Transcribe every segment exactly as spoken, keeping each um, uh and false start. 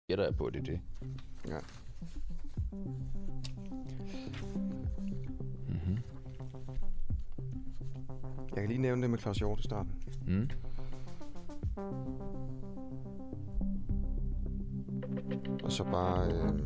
gætter jeg på, det er det. Ja. Mm-hmm. Jeg kan lige nævne det med Claus Hjort i starten. Mm. Og så bare... Øh...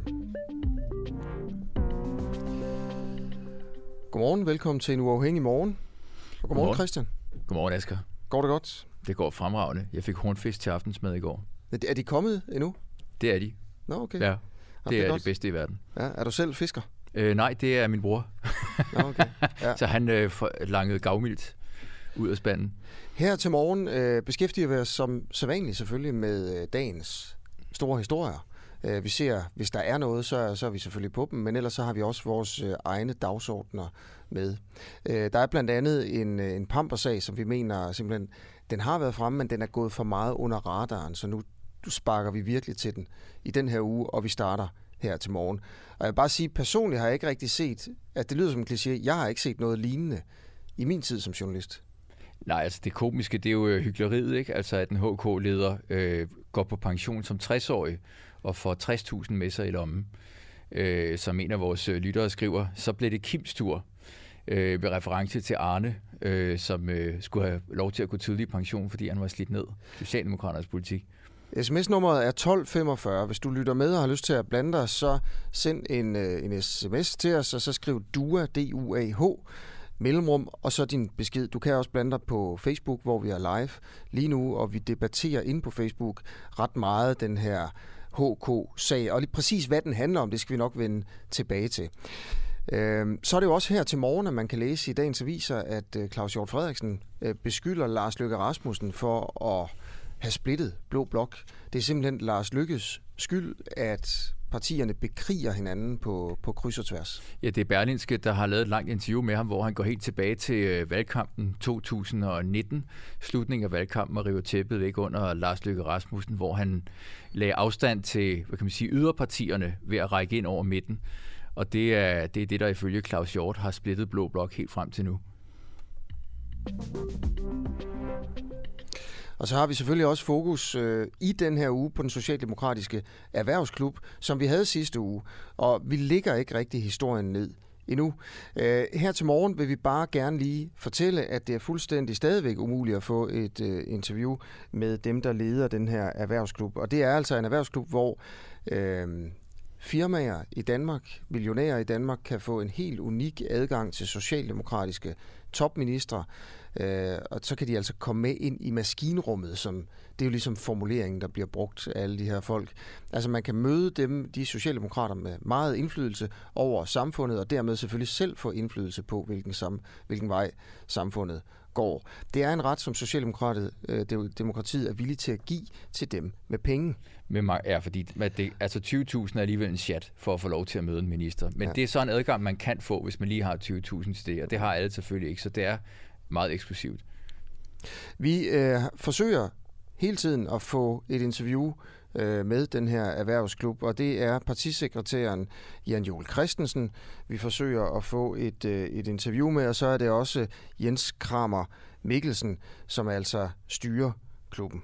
Godmorgen, velkommen til en uafhængig morgen. Og godmorgen, godmorgen, Christian. Godmorgen, Asger. Går det godt? Det går fremragende. Jeg fik hornfisk til aftensmad i går. Er de kommet endnu? Det er de. Nå, okay. Ja, det, det er, er godt. de bedste i verden. Ja, er du selv fisker? Øh, nej, det er min bror. Nå, okay. Ja. Så han øh, langede gavmildt ud af spanden. Her til morgen øh, beskæftiger vi os som sædvanligt selvfølgelig med øh, dagens store historier. Øh, vi ser, hvis der er noget, så, så er vi selvfølgelig på dem, men ellers så har vi også vores øh, egne dagsordner med. Øh, der er blandt andet en, en pampersag, som vi mener simpelthen, den har været fremme, men den er gået for meget under radaren, så nu sparker vi virkelig til den i den her uge, og vi starter her til morgen. Og jeg vil bare sige, personligt har jeg ikke rigtig set, at det lyder som en kliché, jeg har ikke set noget lignende i min tid som journalist. Nej, altså det komiske, det er jo hykleriet, ikke? Altså at en H K-leder øh, går på pension som tres-årig og får tres tusind med sig i lommen. Øh, som en af vores lyttere skriver, så blev det Kims tur øh, med reference til Arne, øh, som øh, skulle have lov til at gå tidlig i pension, fordi han var slidt ned. Socialdemokraternes politik. sms-nummeret er tolv femogfyrre. Hvis du lytter med og har lyst til at blande dig, så send en, en sms til os, og så skriv D U A, D U A H, mellemrum, og så din besked. Du kan også blande dig på Facebook, hvor vi er live lige nu, og vi debatterer inde på Facebook ret meget den her H K-sag, og lige præcis hvad den handler om, det skal vi nok vende tilbage til. Så er det jo også her til morgen, at man kan læse i dagens aviser, at Claus Hjort Frederiksen beskylder Lars Løkke Rasmussen for at have splittet Blå Blok. Det er simpelthen Lars Løkkes skyld, at partierne bekriger hinanden på, på kryds og tværs. Ja, det er Berlingske, der har lavet et langt interview med ham, hvor han går helt tilbage til valgkampen to tusind nitten, slutningen af valgkampen, og river tæppet væk under Lars Løkke Rasmussen, hvor han lagde afstand til, hvad kan man sige, yderpartierne ved at række ind over midten. Og det er det, er det der ifølge Claus Hjort har splittet Blå Blok helt frem til nu. Og så har vi selvfølgelig også fokus øh, i den her uge på den socialdemokratiske erhvervsklub, som vi havde sidste uge. Og vi lægger ikke rigtig historien ned endnu. Øh, her til morgen vil vi bare gerne lige fortælle, at det er fuldstændig stadigvæk umuligt at få et øh, interview med dem, der leder den her erhvervsklub. Og det er altså en erhvervsklub, hvor øh, firmaer i Danmark, millionærer i Danmark, kan få en helt unik adgang til socialdemokratiske topministre, øh, og så kan de altså komme med ind i maskinrummet, som det er jo ligesom formuleringen, der bliver brugt af alle de her folk. Altså man kan møde dem, de socialdemokrater, med meget indflydelse over samfundet, og dermed selvfølgelig selv få indflydelse på, hvilken, sam, hvilken vej samfundet går. Det er en ret, som Socialdemokratiet øh, demokratiet er villig til at give til dem med penge. Men ja, fordi det, altså tyve tusind er alligevel en chat for at få lov til at møde en minister. Men ja. Det er så en adgang, man kan få, hvis man lige har tyve tusind til det, og det har alle selvfølgelig ikke, så det er meget eksklusivt. Vi øh, forsøger hele tiden at få et interview øh, med den her erhvervsklub, og det er partisekretæren Jan Joel Christensen, vi forsøger at få et, øh, et interview med, og så er det også Jens Kramer Mikkelsen, som altså styrer klubben.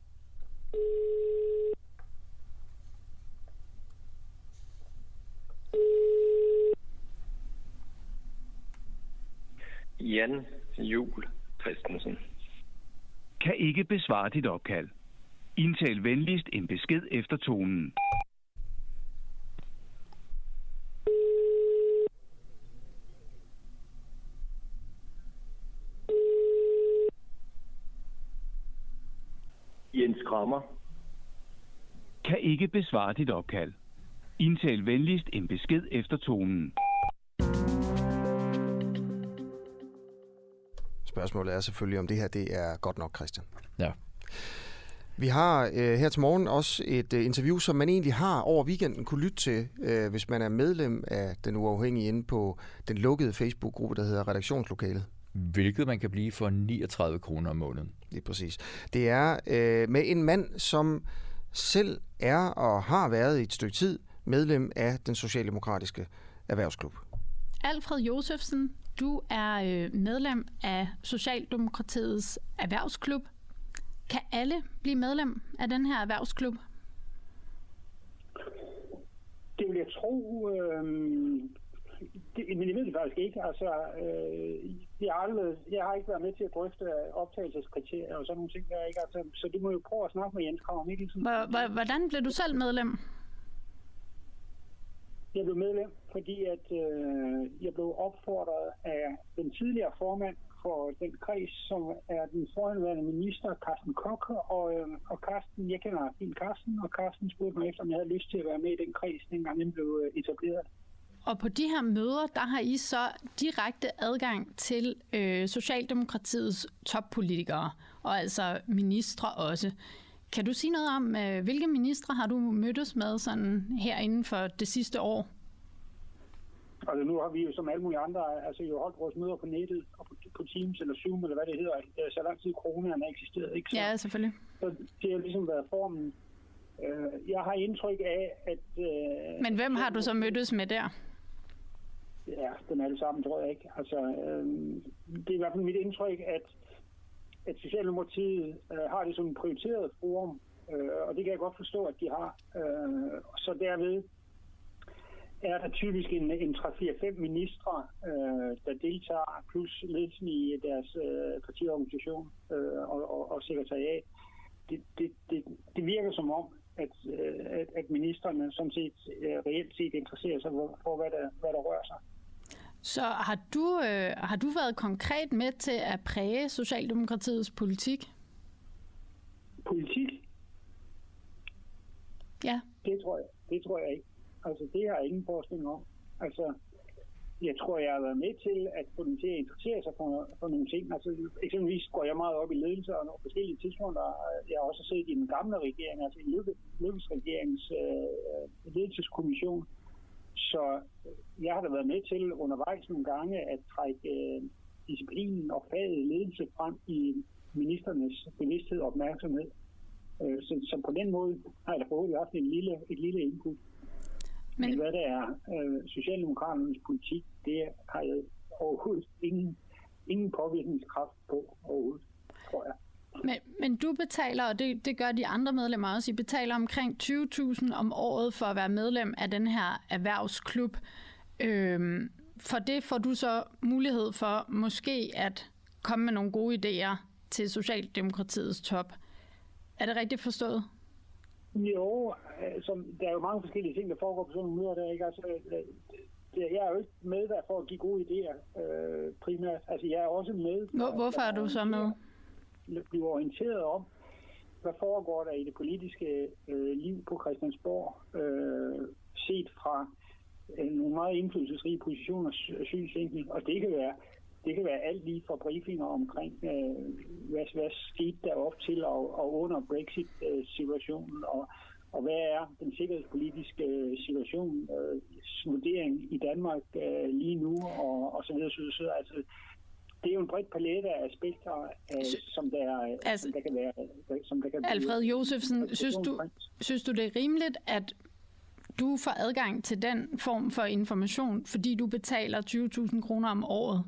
Jan Joel Christensen. Kan ikke besvare dit opkald. Indtal venligst en besked efter tonen. Jens Kramer. Kan ikke besvare dit opkald. Indtal venligst en besked efter tonen. Spørgsmålet er selvfølgelig, om det her det er godt nok, Christian. Ja. Vi har øh, her til morgen også et øh, interview, som man egentlig har over weekenden kunne lytte til, øh, hvis man er medlem af Den Uafhængige inde på den lukkede Facebook-gruppe, der hedder Redaktionslokalet. Hvilket man kan blive for niogtredive kroner om måneden. Lige præcis. Det er øh, med en mand, som selv er og har været i et stykke tid medlem af den socialdemokratiske erhvervsklub. Alfred Josefsen, du er øh, medlem af Socialdemokratiets erhvervsklub. Kan alle blive medlem af den her erhvervsklub? tro... Øh, det, men jeg ved det faktisk ikke. Altså, øh, jeg, har aldrig, jeg har ikke været med til at drøfte optagelseskriterier og sådan nogle ting der, ikke? Altså, så det må jo prøve at snakke med Jens Krag Mikkelsen. Hvordan blev du selv medlem? Jeg blev medlem, fordi at øh, jeg blev opfordret af den tidligere formand for den kreds, som er den forhenværende minister, Carsten Koch, og, øh, og Carsten, jeg kender fint Carsten, og Carsten spurgte mig efter, om jeg havde lyst til at være med i den kreds, dengang den blev etableret. Og på de her møder, der har I så direkte adgang til øh, Socialdemokratiets toppolitikere, og altså ministre også. Kan du sige noget om, øh, hvilke ministre har du mødtes med sådan her inden for det sidste år? Altså nu har vi jo som alle mulige andre, altså jo holdt vores møder på nettet, og på, på Teams eller Zoom, eller hvad det hedder, så lang tid coronaen har eksisteret, ikke? Så, ja, selvfølgelig. Så det har ligesom været formen. Jeg har indtryk af, at... Øh, Men hvem har du så mødtes med der? Ja, dem alle sammen, tror jeg ikke. Altså, øh, det er i hvert fald mit indtryk, at, at Socialdemokratiet øh, har det som en prioriteret forum, øh, og det kan jeg godt forstå, at de har. Øh, så derved er der typisk en, en tre fire fem ministre, øh, der deltager, plus ledelsen i deres øh, partiorganisation øh, og, og, og sekretariat. Det, det, det, det virker som om, at, at, at ministerne sådan set reelt set interesserer sig for, for hvad, der, hvad der rører sig. Så har du, øh, har du været konkret med til at præge Socialdemokratiets politik? Politik? Ja. Det tror jeg, det tror jeg ikke. Altså, det har jeg ingen forestilling om. Altså, jeg tror, jeg har været med til at få dem til at interessere sig for, for nogle ting. Altså, eksempelvis går jeg meget op i ledelse og nogle forskellige tidspunkter. Jeg har også set i den gamle regering, altså i Lykkes regerings øh, ledelseskommission. Så jeg har da været med til undervejs nogle gange at trække øh, disciplinen og faget ledelse frem i ministernes bevidsthed og opmærksomhed. Øh, så, så på den måde har jeg da forhåbentlig haft en lille, et lille input. Men hvad det er øh, Socialdemokraternes politik, det har jeg overhovedet ingen, ingen påvirkningskraft på overhovedet, tror jeg. Men, men du betaler, og det, det gør de andre medlemmer også, I betaler omkring tyve tusind om året for at være medlem af den her erhvervsklub. Øhm, for det får du så mulighed for måske at komme med nogle gode idéer til Socialdemokratiets top. Er det rigtigt forstået? Jo, altså, der er jo mange forskellige ting, der foregår på sådan nogle møder der, ikke? Altså, jeg er jo ikke med der for at give gode idéer, øh, primært. Altså, jeg er også med... Hvor, hvorfor er du så med? Blive orienteret om, hvad foregår der i det politiske øh, liv på Christiansborg, øh, set fra øh, nogle meget indflydelsesrige positioner synsvinkel. Og det kan være det kan være alt lige fra briefinger omkring, øh, hvad, hvad skete der op til og, og under Brexit-situationen, og, og hvad er den sikkerhedspolitiske situation, øh, vurdering i Danmark øh, lige nu, og, og så videre, så videre. Altså, det er jo en bredt palet af aspekter, øh, som, der, altså, som der kan være... Som der kan Alfred Josefsen, synes du, synes du det er rimeligt, at du får adgang til den form for information, fordi du betaler tyve tusind kroner om året?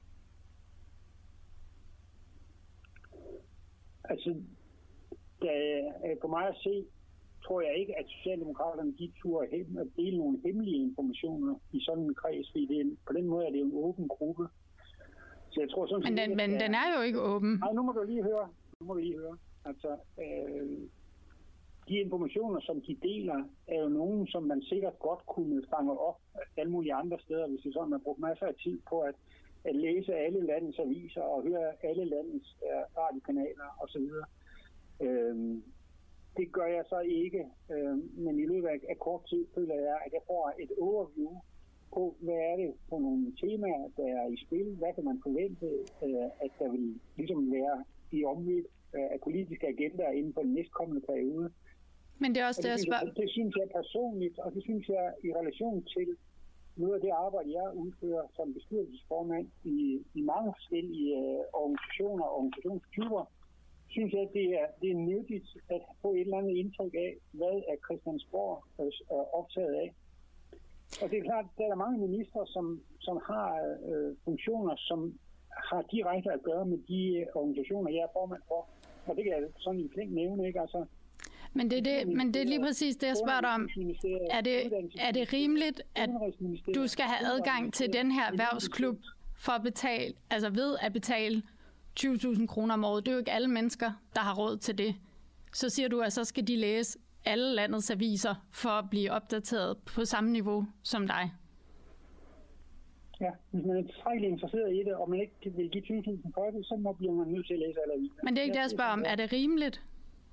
Altså, der, på mig at se, tror jeg ikke, at Socialdemokraterne de turde at dele nogle hemmelige informationer i sådan en kreds, fordi det er, på den måde er det jo en åben gruppe. Så jeg tror sådan, men den, at, men den er jo ikke åben. Nej, nu må du lige høre. Nu må vi lige høre. Altså, øh, de informationer, som de deler, er jo nogen, som man sikkert godt kunne fange op alle mulige andre steder, hvis det sådan, man brugt masser af tid på at, at læse alle landets aviser og høre alle landets øh, radiokanaler osv. Øh, det gør jeg så ikke, øh, men i løbet af kort tid føler jeg, at jeg får et overview på, hvad er det for nogle temaer, der er i spil, hvad kan man forvente, øh, at der vil ligesom være i omløb øh, af politiske agendaer inden for den næstkommende periode. Men det er også det, det, jeg spørger... det, det synes jeg personligt, og det synes jeg i relation til noget af det arbejde, jeg udfører som bestyrelsesformand i, i mange forskellige øh, organisationer og organisationstyper, synes jeg, at det er, det er nyttigt at få et eller andet indtryk af, hvad er Christiansborg er optaget af. Og det er klart, at der er mange ministre, som, som har øh, funktioner, som har direkte at gøre med de organisationer, jeg er formand for. Og det kan jeg sådan i flink nævne, ikke? Altså, Men det, er det, men det er lige præcis det, jeg spørger dig om. Er det, er det rimeligt, at du skal have adgang til den her erhvervsklub for at betale, altså ved at betale tyve tusind kroner om året? Det er jo ikke alle mennesker, der har råd til det. Så siger du, at så skal de læse alle landets aviser for at blive opdateret på samme niveau som dig. Ja, hvis man er tilstrækkeligt interesseret i det, og man ikke vil give tyve tusind for det, så må bliver man nødt til at læse alle aviser. Men det er ikke det, jeg spørger om. Er det rimeligt?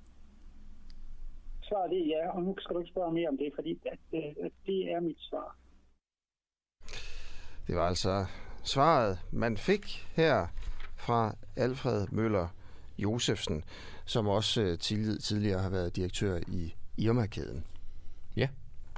Svaret er ja, og nu skal du ikke spørge mere om det, fordi at, at det er mit svar. Det var altså svaret, man fik her fra Alfred Møller Josefsen, som også tidligere har været direktør i Irma-kæden. Ja.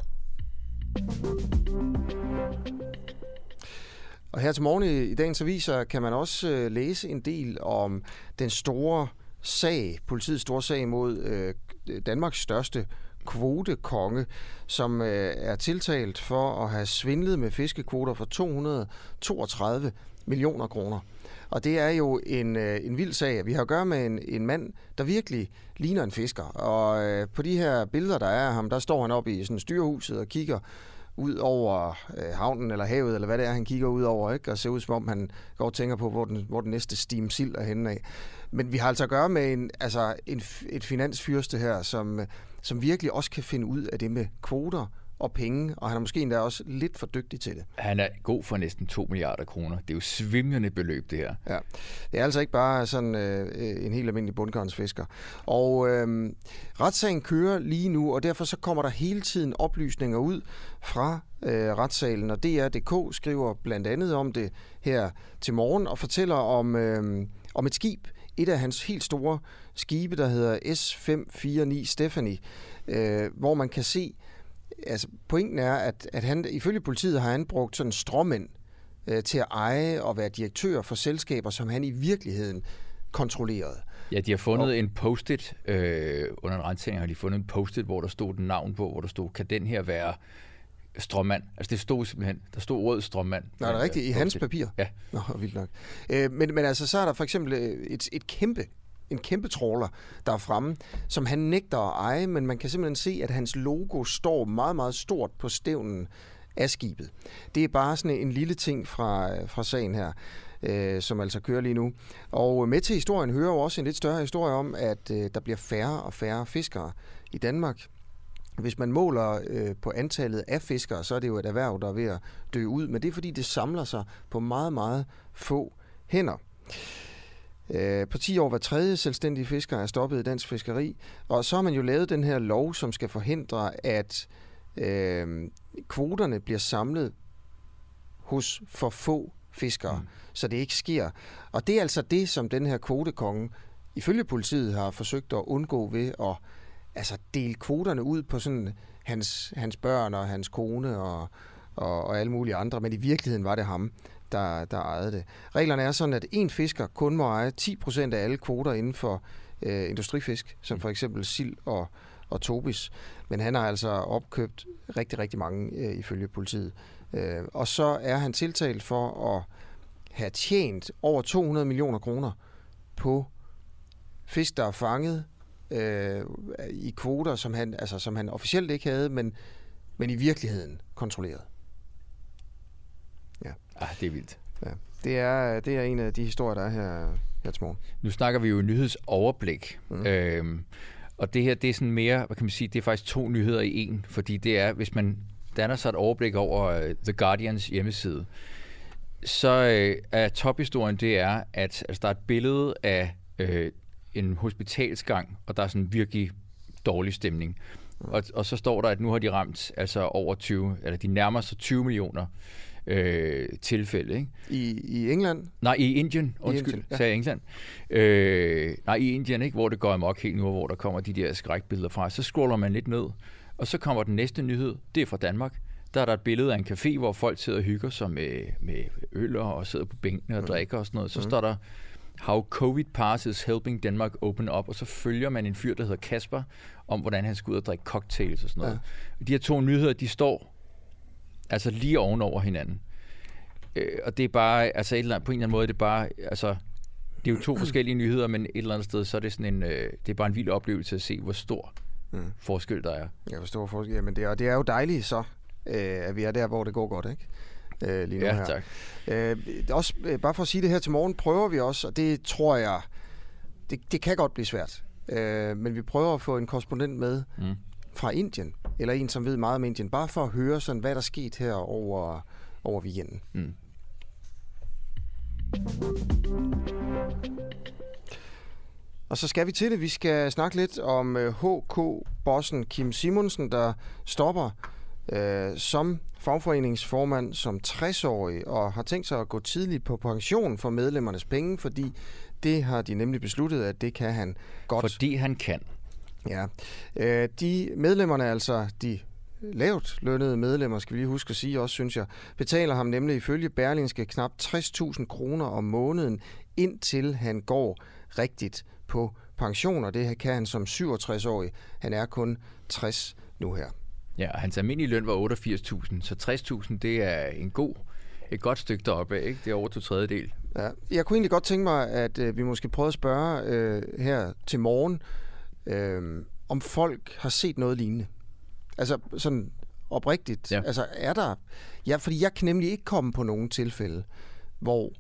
Og her til morgen i, i dagens aviser kan man også øh, læse en del om den store sag, politiets store sag mod øh, Danmarks største kvotekonge, som øh, er tiltalt for at have svindlet med fiskekvoter for to hundrede toogtredive millioner kroner. Og det er jo en, øh, en vild sag. Vi har at gøre med en, en mand, der virkelig ligner en fisker. Og øh, på de her billeder, der er af ham, der står han oppe i sådan styrehuset og kigger ud over øh, havnen eller havet, eller hvad det er, han kigger ud over, ikke? Og ser ud som om, han går og tænker på, hvor den, hvor den næste stime sild er henne af. Men vi har altså at gøre med en, altså en, et finansfyrste her, som, som virkelig også kan finde ud af det med kvoter og penge, og han er måske endda også lidt for dygtig til det. Han er god for næsten to milliarder kroner. Det er jo svimlende beløb, det her. Ja, det er altså ikke bare sådan øh, en helt almindelig bundgarnsfisker. Og øh, retssagen kører lige nu, og derfor så kommer der hele tiden oplysninger ud fra øh, retssalen, og D R punktum D K skriver blandt andet om det her til morgen, og fortæller om, øh, om et skib, et af hans helt store skibe, der hedder S fem fire ni Stephanie, øh, hvor man kan se, altså pointen er, at, at han ifølge politiet har han brugt sådan stråmænd øh, til at eje og være direktør for selskaber, som han i virkeligheden kontrollerede. Ja, de har fundet og... en post-it, øh, under en rensning har de fundet en post-it, hvor der stod den navn på, hvor der stod, kan den her være stråmand? Altså det stod simpelthen, der stod ordet stråmand. Nå, er det rigtigt? I hans papir? Ja. Nå, vildt nok. Øh, men, men altså, så er der for eksempel et, et kæmpe en kæmpe trawler, der er fremme, som han nægter at eje, men man kan simpelthen se, at hans logo står meget, meget stort på stævnen af skibet. Det er bare sådan en lille ting fra, fra sagen her, øh, som altså kører lige nu. Og med til historien hører jo også en lidt større historie om, at øh, der bliver færre og færre fiskere i Danmark. Hvis man måler øh, på antallet af fiskere, så er det jo et erhverv, der er ved at dø ud, men det er fordi, det samler sig på meget, meget få hænder. På ti år hver tredje selvstændige fisker er stoppet i dansk fiskeri, og så har man jo lavet den her lov, som skal forhindre, at øh, kvoterne bliver samlet hos for få fiskere, mm. så det ikke sker. Og det er altså det, som den her kvotekonge, ifølge politiet, har forsøgt at undgå ved at altså, dele kvoterne ud på sådan hans, hans børn og hans kone og, og, og alle mulige andre, men i virkeligheden var det ham, Der, der ejede det. Reglerne er sådan, at en fisker kun må eje ti procent af alle kvoter inden for øh, industrifisk, som for eksempel sild og, og tobis. Men han har altså opkøbt rigtig, rigtig mange øh, ifølge politiet. Øh, og så er han tiltalt for at have tjent over to hundrede millioner kroner på fisk, der er fanget øh, i kvoter, som han, altså, som han officielt ikke havde, men, men i virkeligheden kontrollerede. Ja. Ah, det er vildt. Ja. Det er, det er en af de historier, der er her, her til morgen. Nu snakker vi jo nyhedsoverblik. Mm. Øhm, og det her, det er sådan mere, hvad kan man sige, det er faktisk to nyheder i en, fordi det er, hvis man danner sig et overblik over uh, The Guardians hjemmeside, så uh, er tophistorien, det er, at altså, der er et billede af uh, en hospitalsgang, og der er sådan en virkelig dårlig stemning. Mm. Og, og så står der, at nu har de ramt altså over tyve, eller de nærmer sig tyve millioner Øh, tilfælde, ikke? I, I England? Nej, i Indien. Undskyld, I Indien, ja. sagde jeg England. Øh, nej, i Indien, ikke? Hvor det går amok helt nu, hvor der kommer de der skrækbilleder fra. Så scroller man lidt ned, og så kommer den næste nyhed. Det er fra Danmark. Der er der et billede af en café, hvor folk sidder og hygger sig med, med øl og sidder på bænkene og mm. drikker og sådan noget. Så mm. står der, How COVID Pass is helping Denmark open up, og så følger man en fyr, der hedder Kasper, om hvordan han skal ud og drikke cocktails og sådan noget. Ja. De her to nyheder, de står altså lige ovenover hinanden. Øh, og det er bare, altså et eller andet, på en eller anden måde, det er bare, altså, det er jo to forskellige nyheder, men et eller andet sted, så er det sådan en, øh, det er bare en vild oplevelse at se, hvor stor mm. forskel, der er. Ja, hvor stor forskel. Jamen, det er, det er jo dejligt så, øh, at vi er der, hvor det går godt, ikke? Øh, lige nu ja, her. tak. Øh, også, øh, bare for at sige det her til morgen, prøver vi også, og det tror jeg, det, det kan godt blive svært, øh, men vi prøver at få en korrespondent med mm. fra Indien, eller en, som ved meget om Indien, bare for at høre, sådan, hvad der skete her over, over weekenden. Mm. Og så skal vi til det. Vi skal snakke lidt om H K-bossen Kim Simonsen, der stopper øh, som fagforeningsformand som tres-årig og har tænkt sig at gå tidligt på pension for medlemmernes penge, fordi det har de nemlig besluttet, at det kan han godt. Fordi han kan. Ja. Øh, de medlemmerne, altså de lavt lønnede medlemmer, skal vi lige huske at sige også, synes jeg, betaler ham nemlig ifølge Berlingske knap tres tusind kroner om måneden, indtil han går rigtigt på pension, og det kan han som syvogtres-årig. Han er kun tres nu her. Ja, hans almindelige løn var otteogfirs tusind, så tres tusind, det er en god, et godt stykke deroppe af, ikke? Det er over to tredjedel. Ja, jeg kunne egentlig godt tænke mig, at øh, vi måske prøvede at spørge øh, her til morgen, øh, om folk har set noget lignende. Altså sådan oprigtigt. Ja. Altså er der... Ja, fordi jeg kan nemlig ikke komme på nogen tilfælde, hvor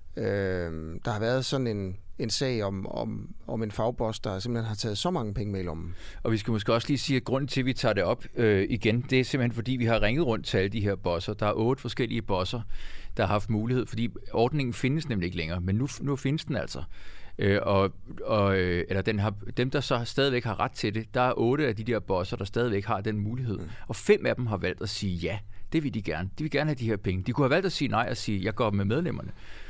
øh, der har været sådan en, en sag om, om, om en fagboss, der simpelthen har taget så mange penge med i lommen. Og vi skal måske også lige sige, at grunden til, at vi tager det op øh, igen, det er simpelthen, fordi vi har ringet rundt til alle de her bosser. Der er otte forskellige bosser, der har haft mulighed, fordi ordningen findes nemlig ikke længere, men nu, nu findes den altså. Øh, og, og, eller den har, dem, der så stadigvæk har ret til det, der er otte af de der bosser, der stadigvæk har den mulighed. Mm. Og fem af dem har valgt at sige ja. Det vil de gerne. De vil gerne have de her penge. De kunne have valgt at sige nej og sige, jeg går med medlemmerne.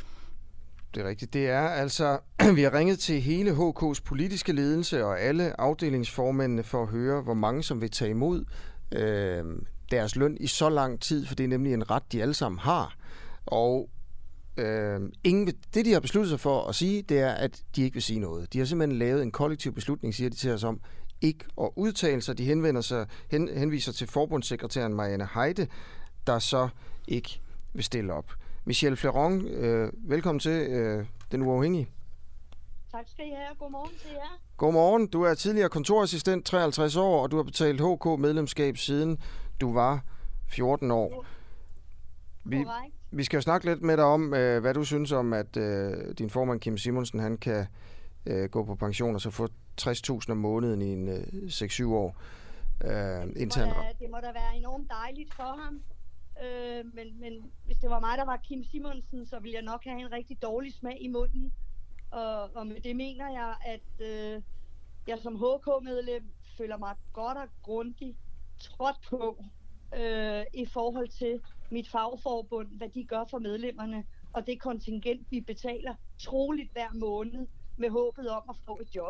Det er rigtigt. Det er altså, vi har ringet til hele H K's politiske ledelse og alle afdelingsformændene for at høre, hvor mange som vil tage imod øh, deres løn i så lang tid, for det er nemlig en ret, de alle sammen har. Og øh, ingen, det, de har besluttet sig for at sige, det er, at de ikke vil sige noget. De har simpelthen lavet en kollektiv beslutning, siger de til os om, ikke at udtale sig. De henvender sig, hen, henviser til forbundssekretæren Marianne Heide, der så ikke vil stille op. Michelle Fleron, øh, velkommen til øh, Den Uafhængige. Tak skal I have. Godmorgen til jer. Godmorgen. Du er tidligere kontorassistent, treoghalvtreds år, og du har betalt H K-medlemskab siden du var fjorten år. Vi, vi skal jo snakke lidt med dig om, øh, hvad du synes om, at øh, din formand Kim Simonsen, han kan øh, gå på pension og så få tres tusind om måneden i en øh, seks syv år. Øh, det, må da, det må da være enormt dejligt for ham. Øh, men, men hvis det var mig, der var Kim Simonsen, så ville jeg nok have en rigtig dårlig smag i munden. Og, og med det mener jeg, at øh, jeg som H K-medlem føler mig godt og grundigt trådt på øh, i forhold til mit fagforbund, hvad de gør for medlemmerne, og det kontingent, vi betaler troligt hver måned med håbet om at få et job.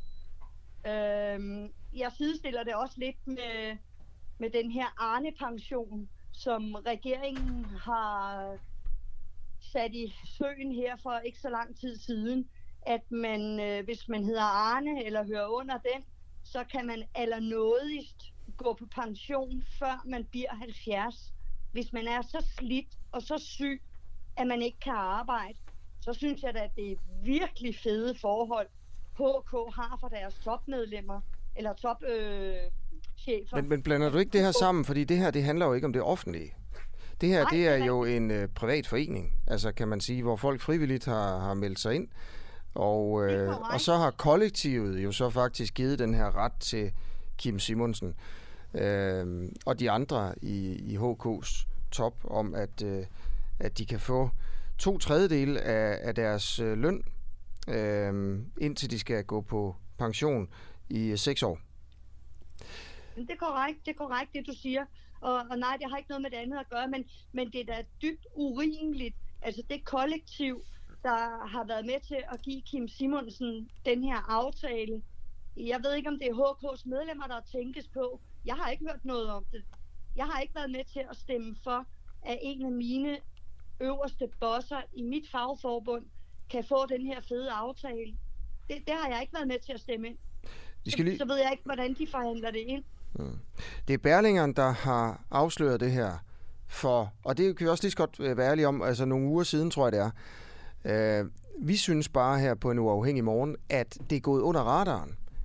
Øh, jeg sidestiller det også lidt med, med den her Arne-pension, som regeringen har sat i søen her for ikke så lang tid siden, at man, øh, hvis man hedder Arne eller hører under den, så kan man allernådigst gå på pension, før man bliver halvfjerds. Hvis man er så slidt og så syg, at man ikke kan arbejde, så synes jeg da, at det er virkelig fede forhold, H K har for deres topmedlemmer, eller top... Øh, Men, men blander du ikke det her sammen? Fordi det her, det handler jo ikke om det offentlige. Det her, det er jo en øh, privat forening, altså kan man sige, hvor folk frivilligt har, har meldt sig ind. Og, øh, og så har kollektivet jo så faktisk givet den her ret til Kim Simonsen øh, og de andre i, i H K's top om, at, øh, at de kan få to tredjedele af, af deres øh, løn, øh, indtil de skal gå på pension i øh, seks år. Det er korrekt, det er korrekt, det du siger. Og, og nej, det har ikke noget med det andet at gøre, men, men det er da dybt urimeligt. Altså det kollektiv, der har været med til at give Kim Simonsen den her aftale. Jeg ved ikke, om det er H K's medlemmer, der tænkes på. Jeg har ikke hørt noget om det. Jeg har ikke været med til at stemme for, at en af mine øverste bosser i mit fagforbund kan få den her fede aftale. Det, det har jeg ikke været med til at stemme ind. De skal lige... så, så ved jeg ikke, hvordan de forhandler det ind. Mm. Det er Berlingeren, der har afsløret det her for, og det kan vi også lige så godt være ærlige om, altså nogle uger siden, tror jeg det er. Uh, vi synes bare her på En Uafhængig Morgen, at det er gået under radaren.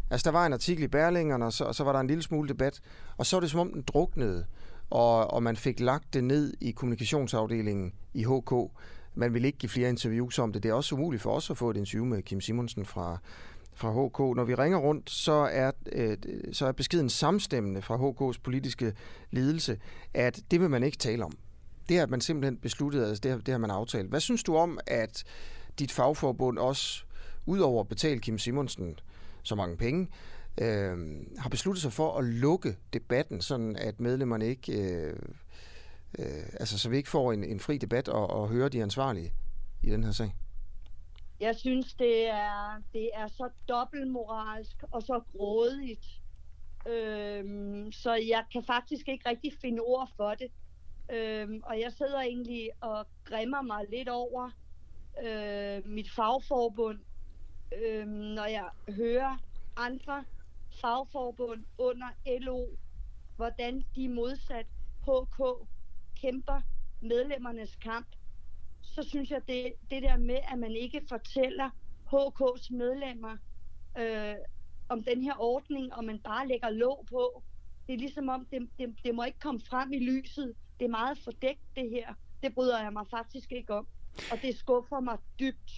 Altså, der var en artikel i Berlingeren, og så, og så var der en lille smule debat, og så var det som om den druknede, og, og man fik lagt det ned i kommunikationsafdelingen i H K. Man ville ikke give flere interviews om det. Det er også umuligt for os at få et interview med Kim Simonsen fra, fra H K. Når vi ringer rundt, så er, øh, så er beskeden samstemmende fra H K's politiske ledelse, at det vil man ikke tale om. Det har man simpelthen besluttet, altså det har, det har man aftalt. Hvad synes du om, at dit fagforbund også, udover at betale Kim Simonsen så mange penge, øh, har besluttet sig for at lukke debatten, sådan at medlemmerne ikke, øh, øh, altså så vi ikke får en, en fri debat og, og høre de ansvarlige i den her sag? Jeg synes, det er, det er så dobbeltmoralsk og så grådigt, øhm, så jeg kan faktisk ikke rigtig finde ord for det. Øhm, og jeg sidder egentlig og græmmer mig lidt over øh, mit fagforbund, øhm, når jeg hører andre fagforbund under L O, hvordan de modsat H K kæmper medlemmernes kamp. Så synes jeg, det, det der med, at man ikke fortæller H K's medlemmer øh, om den her ordning, og man bare lægger låg på. Det er ligesom om, det, det, det må ikke komme frem i lyset. Det er meget fordækt, det her. Det bryder jeg mig faktisk ikke om. Og det skuffer mig dybt.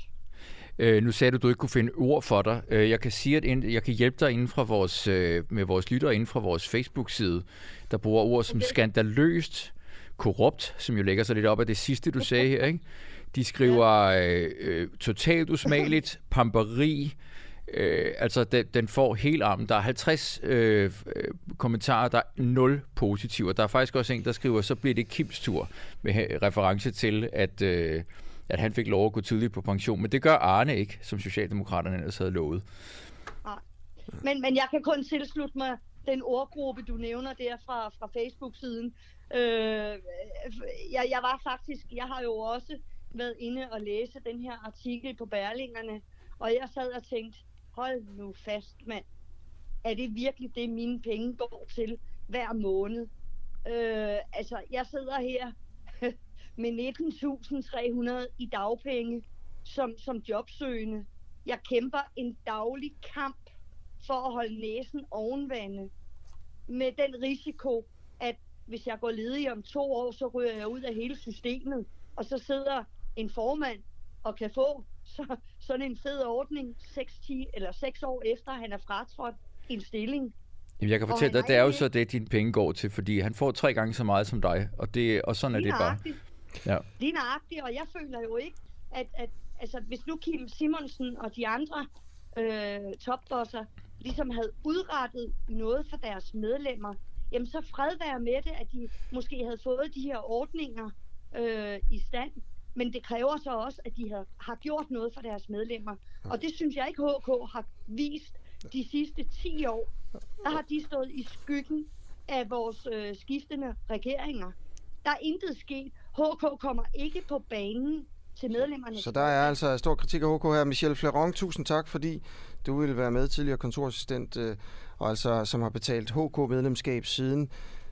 Øh, nu sagde du, at du ikke kunne finde ord for dig. Jeg kan sige, at ind, jeg kan hjælpe dig inden fra vores, øh, med vores lyttere inden fra vores Facebook-side, der bruger ord som okay. skandaløst, korrupt, som jo lægger sig lidt op af det sidste, du sagde her, ikke? De skriver øh, øh, totalt usmageligt, pamperi, øh, altså den, den får helt armen. Der er halvtreds øh, kommentarer, der er nul positive. Der er faktisk også en, der skriver, så bliver det Kims tur, med reference til, at, øh, at han fik lov at gå tidligt på pension. Men det gør Arne ikke, som Socialdemokraterne ellers havde lovet. Nej. Men, men jeg kan kun tilslutte mig den ordgruppe, du nævner der fra, fra Facebook-siden. Øh, jeg, jeg var faktisk, jeg har jo også været inde og læse den her artikel på Berlingerne, og jeg sad og tænkte, hold nu fast, mand. Er det virkelig det, mine penge går til hver måned? Øh, altså, jeg sidder her med nitten tusind tre hundrede i dagpenge som, som jobsøgende. Jeg kæmper en daglig kamp for at holde næsen ovenvande med den risiko, at hvis jeg går ledig om to år, så ryger jeg ud af hele systemet, og så sidder en formand og kan få så, sådan en fed ordning seks, ti eller seks år efter, han er fratrådt en stilling. Jamen, jeg kan fortælle dig, det er jo så det, dine penge går til, fordi han får tre gange så meget som dig, og, det, og sådan er det bare. Ja. Det er nøjagtigt, og jeg føler jo ikke, at, at altså, hvis nu Kim Simonsen og de andre øh, topbosser ligesom havde udrettet noget for deres medlemmer, jamen så fred være med det, at de måske havde fået de her ordninger øh, i stand. Men det kræver så også, at de har, har gjort noget for deres medlemmer. Og det synes jeg ikke, H K har vist de sidste ti år. Der har de stået i skyggen af vores øh, skiftende regeringer. Der er intet sket. H K kommer ikke på banen til medlemmerne. Så der er altså stor kritik af H K her. Michel Fleron, tusind tak, fordi du ville være med, tidligere kontorassistent, øh, og altså, som har betalt H K-medlemskab siden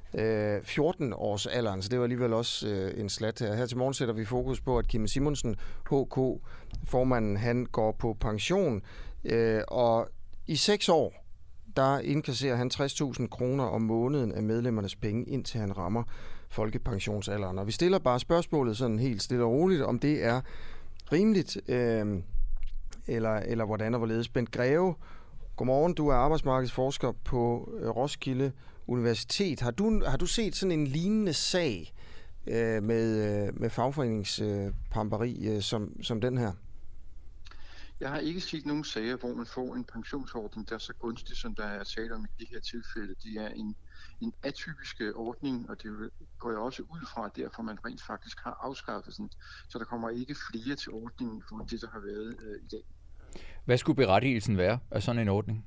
øh, fjorten års alderen, så det var alligevel også øh, en slat her. Her til morgen sætter vi fokus på, at Kim Simonsen, H K-formanden, han går på pension, øh, og i seks år, der indkasserer han tres tusind kroner om måneden af medlemmernes penge, indtil han rammer folkepensionsalderen. Og vi stiller bare spørgsmålet sådan helt stille og roligt, om det er rimeligt, øh, eller, eller hvordan og hvorledes. Bent Greve, godmorgen. Du er arbejdsmarkedsforsker på Roskilde Universitet. Har du, har du set sådan en lignende sag øh, med, med fagforeningspamperi øh, som, som den her? Jeg har ikke set nogen sager, hvor man får en pensionsordning, der er så gunstig, som der er tale om i det her tilfælde. Det er en, en atypisk ordning, og det går jeg også ud fra, derfor man rent faktisk har afskaffet den. Så der kommer ikke flere til ordningen, for det, der har været øh, i dag. Hvad skulle berettigelsen være af sådan en ordning?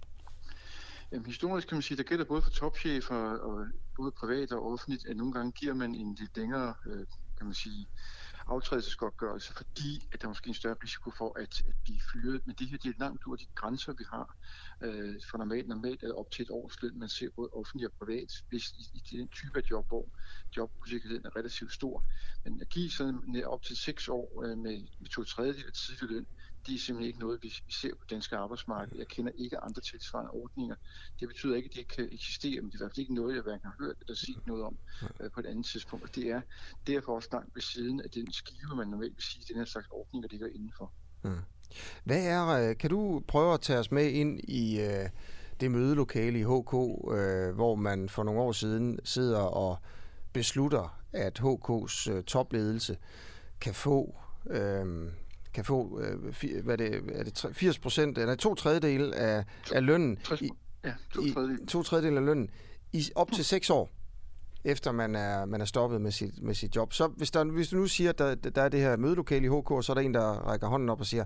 Jamen, historisk kan man sige, der gælder både for topchefer og både privat og offentligt, at nogle gange giver man en lidt længere, øh, kan man sige, aftrædelsesgodtgørelse, fordi at der måske er en større risiko for at, at blive fyret. Men det her, det er langt ud af de grænser, vi har. Øh, for normalt, normalt er det op til et års løn, man ser både offentligt og privat, hvis i, i den type af job, hvor jobsikkerheden er relativt stor. Men at give sådan op til seks år øh, med, med to tredjedel af tidlig løn, det er simpelthen ikke noget, vi, vi ser på danske arbejdsmarked. Jeg kender ikke andre tilsvarende ordninger. Det betyder ikke, at det ikke kan eksistere, men det er i hvert fald ikke noget, jeg hverken har hørt eller set noget om øh, på et andet tidspunkt. Og det er derfor også langt ved siden af den skive, man normalt vil sige, den her slags ordninger ligger indenfor. Mm. Hvad er, kan du prøve at tage os med ind i øh, det mødelokale i H K, øh, hvor man for nogle år siden sidder og beslutter, at H K's øh, topledelse kan få, øh, kan få øh, fi, hvad det, er det firs procent, eller to tredjedele af, af lønnen, i, ja, to tredjedele. i, to tredjedele af lønnen i op til seks år, efter man er, man er stoppet med sit, med sit job. Så hvis, der, hvis du nu siger, at der, der er det her mødelokale i H K, så er der en, der rækker hånden op og siger,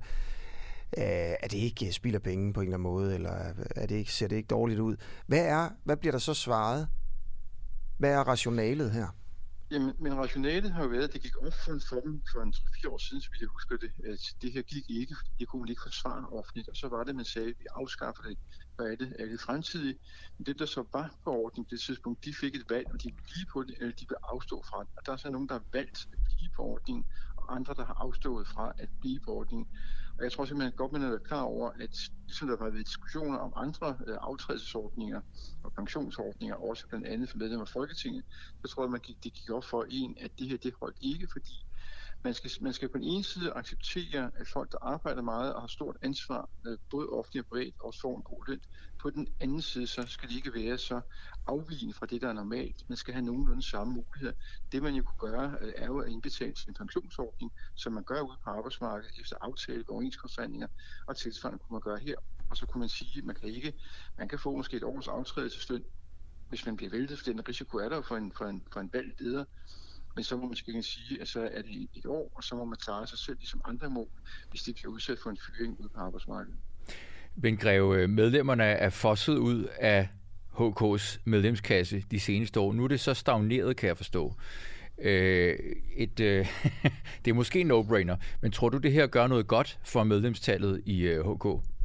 er det ikke spild af penge på en eller anden måde, eller er det ikke, ser det ikke dårligt ud? Hvad, er, hvad bliver der så svaret? Hvad er rationalet her? Jamen, men rationalet har jo været, at det gik op for en form for en tre fire år siden, så vidt jeg husker det, at det her gik ikke, fordi det kunne man ikke forsvare offentligt, og så var det, man sagde, at vi afskaffer det for alle, alle fremtidige. Men det, der så var på ordningen på det tidspunkt, de fik et valg, og de ville blive på det, eller de vil afstå fra det. Og der er så nogen, der har valgt at blive på ordningen, og andre, der har afstået fra at blive på ordningen. Og jeg tror simpelthen godt, man er klar over, at ligesom der har været diskussioner om andre øh, aftrædelsesordninger og pensionsordninger, også blandt andet for medlemmer af Folketinget, så tror jeg, man gik, det gik op for en, at det her, det holdt ikke, fordi man skal, man skal på den ene side acceptere, at folk, der arbejder meget og har stort ansvar, øh, både offentligt og privat, også får en god løn. På den anden side, så skal det ikke være så afvigende fra det, der er normalt. Man skal have nogenlunde samme muligheder. Det, man jo kunne gøre, øh, er jo at indbetale til en pensionsordning, som man gør ude på arbejdsmarkedet efter aftale og overenskomstforhandlinger, og tilsvarende kunne man gøre her. Og så kunne man sige, at man kan ikke, man kan få måske et års aftrædelsesløn, hvis man bliver væltet, for den risiko er der for en, for en, for en valgt leder. Men så må man skal sige, at så er det et år, og så må man klare sig selv, ligesom andre må, hvis de bliver udsat for en fyring ude på arbejdsmarkedet. Bent Greve, medlemmerne er fosset ud af H K's medlemskasse de seneste år. Nu er det så stagneret, kan jeg forstå. Øh, et, øh, det er måske en no-brainer, men tror du, det her gør noget godt for medlemstallet i øh, H K?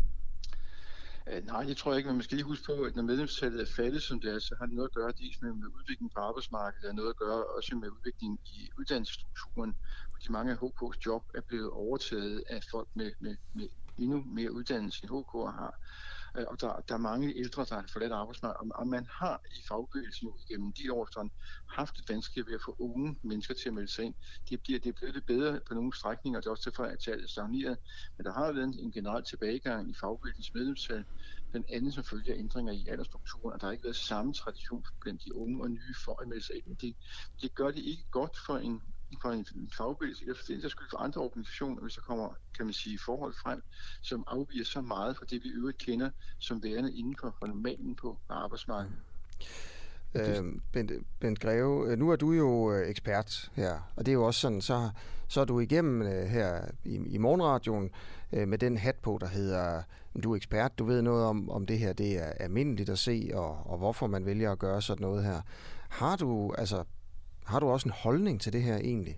Uh, nej, det tror jeg ikke, men man skal lige huske på, at når medlemstallet er faldet, som det er, så har det noget at gøre dels med, med udviklingen på arbejdsmarkedet, og noget at gøre også med udviklingen i uddannelsesstrukturen, fordi mange af H K's job er blevet overtaget af folk med, med, med endnu mere uddannelse, end H K har. Uh, og der, der er mange ældre, der har forladt arbejdsmarkedet, og, og man har i fagbevægelsen jo igennem de år sådan haft det vanskeligt ved at få unge mennesker til at melde sig ind. Det bliver det er blevet lidt bedre på nogle strækninger, og det er også derfor, at tallet er stagneret. Men der har været en, en generel tilbagegang i fagbevægelsens medlemstal, blandt andet som følge af ændringer i aldersstrukturen, og der har ikke været samme tradition blandt de unge og nye for at melde sig ind. Det, det gør det ikke godt for en for en fagbevægelse, eller for det der skyld for andre organisationer, hvis der kommer, kan man sige, forhold frem, som afviger så meget fra det, vi øvrigt kender som værende inden for, for normalen på arbejdsmarkedet. Øh, Bent, Bent Greve, nu er du jo ekspert her, og det er jo også sådan, så, så er du igennem her i, i morgenradioen med den hat på, der hedder, du er ekspert, du ved noget om, om det her, det er almindeligt at se, og, og hvorfor man vælger at gøre sådan noget her. Har du, altså, Har du også en holdning til det her egentlig?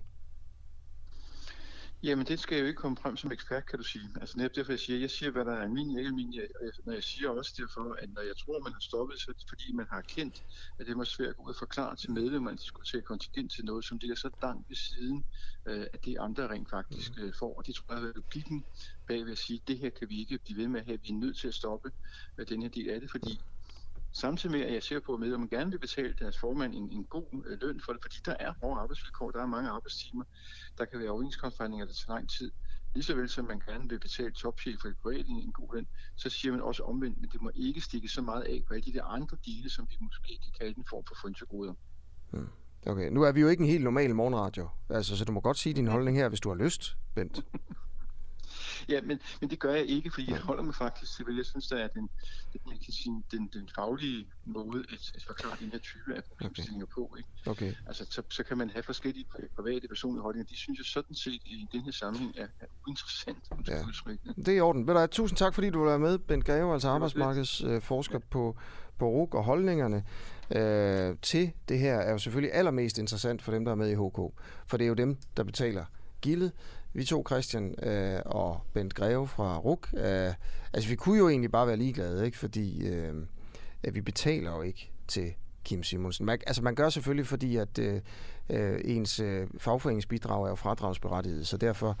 Jamen, det skal jo ikke komme frem som ekspert, kan du sige. Altså netop derfor, jeg siger, jeg siger, hvad der er almindelig, ikke almindelig. Når jeg siger også derfor, at når jeg tror, man har stoppet, så er det fordi, man har erkendt, at det må svært at gå ud og forklare til medlemmer, at diskutere kontingent til noget, som ligger så langt ved siden øh, af det andre rent faktisk øh, får. Og det tror jeg er logikken bag ved at sige, at det her kan vi ikke blive ved med at have. Vi er nødt til at stoppe øh, den her del af det, fordi samtidig med, at jeg ser på, at medlemmer gerne vil betale deres formand en, en god øh, løn for det, fordi der er hårde arbejdsvilkår, der er mange arbejdstimer, der kan være overenskomstforhandlinger, der tager lang tid. Ligesåvel som man gerne vil betale topchef for et privat en, en god løn, så siger man også omvendt, at det må ikke stikke så meget af på alle de der andre dele, som vi måske kan kalde en form for frontegoder. Hmm. Okay, nu er vi jo ikke en helt normal morgenradio, altså, så du må godt sige din holdning her, hvis du har lyst, Bent. Ja, men, men det gør jeg ikke, fordi jeg holder mig faktisk til, vel, jeg synes, der er den, den, jeg kan sige, den, den faglige måde at, at forklare den her type af problemstillinger okay. på. Ikke? Okay. Altså, så, så kan man have forskellige private personlige holdninger. De synes jeg sådan set i den her sammenhæng er, er uinteressant. Ja. Det er i orden. Ved du, tusind tak, fordi du vil være med, Bent Greve, altså arbejdsmarkedsforsker øh, på, på R U K, og holdningerne øh, til det her er jo selvfølgelig allermest interessant for dem, der er med i H K. For det er jo dem, der betaler gildet. Vi to, Christian øh, og Bent Greve fra R U K, øh, altså vi kunne jo egentlig bare være ligeglade, ikke? Fordi øh, at vi betaler jo ikke til Kim Simonsen. Man, altså man gør selvfølgelig, fordi at øh, ens øh, fagforeningsbidrag er jo fradragsberettiget, så derfor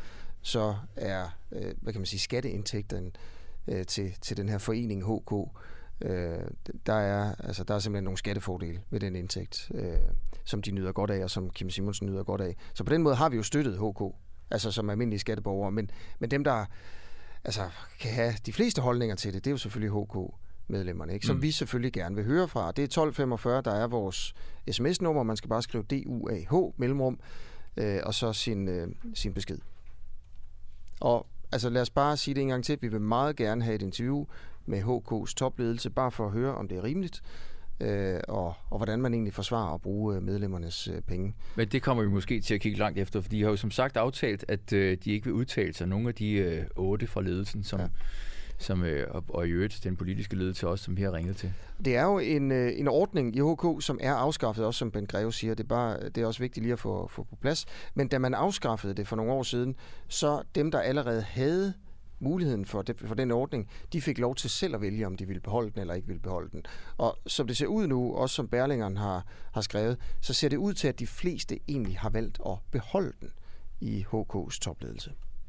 så er, øh, hvad kan man sige, skatteindtægterne øh, til, til den her forening H K, øh, der, er, altså, der er simpelthen nogle skattefordele ved den indtægt, øh, som de nyder godt af, og som Kim Simonsen nyder godt af. Så på den måde har vi jo støttet H K, altså som almindelige skatteborgere, men, men dem, der altså, kan have de fleste holdninger til det, det er jo selvfølgelig H K-medlemmerne, ikke? Som mm. vi selvfølgelig gerne vil høre fra. Det er tolv femogfyrre, der er vores sms-nummer, man skal bare skrive D U A H, mellemrum, øh, og så sin, øh, sin besked. Og altså, lad os bare sige det en gang til. Vi vil meget gerne have et interview med H K's topledelse, bare for at høre, om det er rimeligt, øh, og, og hvordan man egentlig forsvarer at bruge medlemmernes øh, penge. Men det kommer vi måske til at kigge langt efter, for de har jo som sagt aftalt, at øh, de ikke vil udtale sig. Nogle af de øh, otte fra ledelsen, som, ja. som øh, og, og i øvrigt den politiske ledelse også, som vi har ringet til. Det er jo en, øh, en ordning i H K, som er afskaffet, også som Ben Greve siger. Det er, bare, det er også vigtigt lige at få, få på plads. Men da man afskaffede det for nogle år siden, så dem, der allerede havde muligheden for, det, for den ordning, de fik lov til selv at vælge, om de ville beholde den eller ikke ville beholde den. Og som det ser ud nu, også som Berlingeren har, har skrevet, så ser det ud til, at de fleste egentlig har valgt at beholde den i H K's topledelse.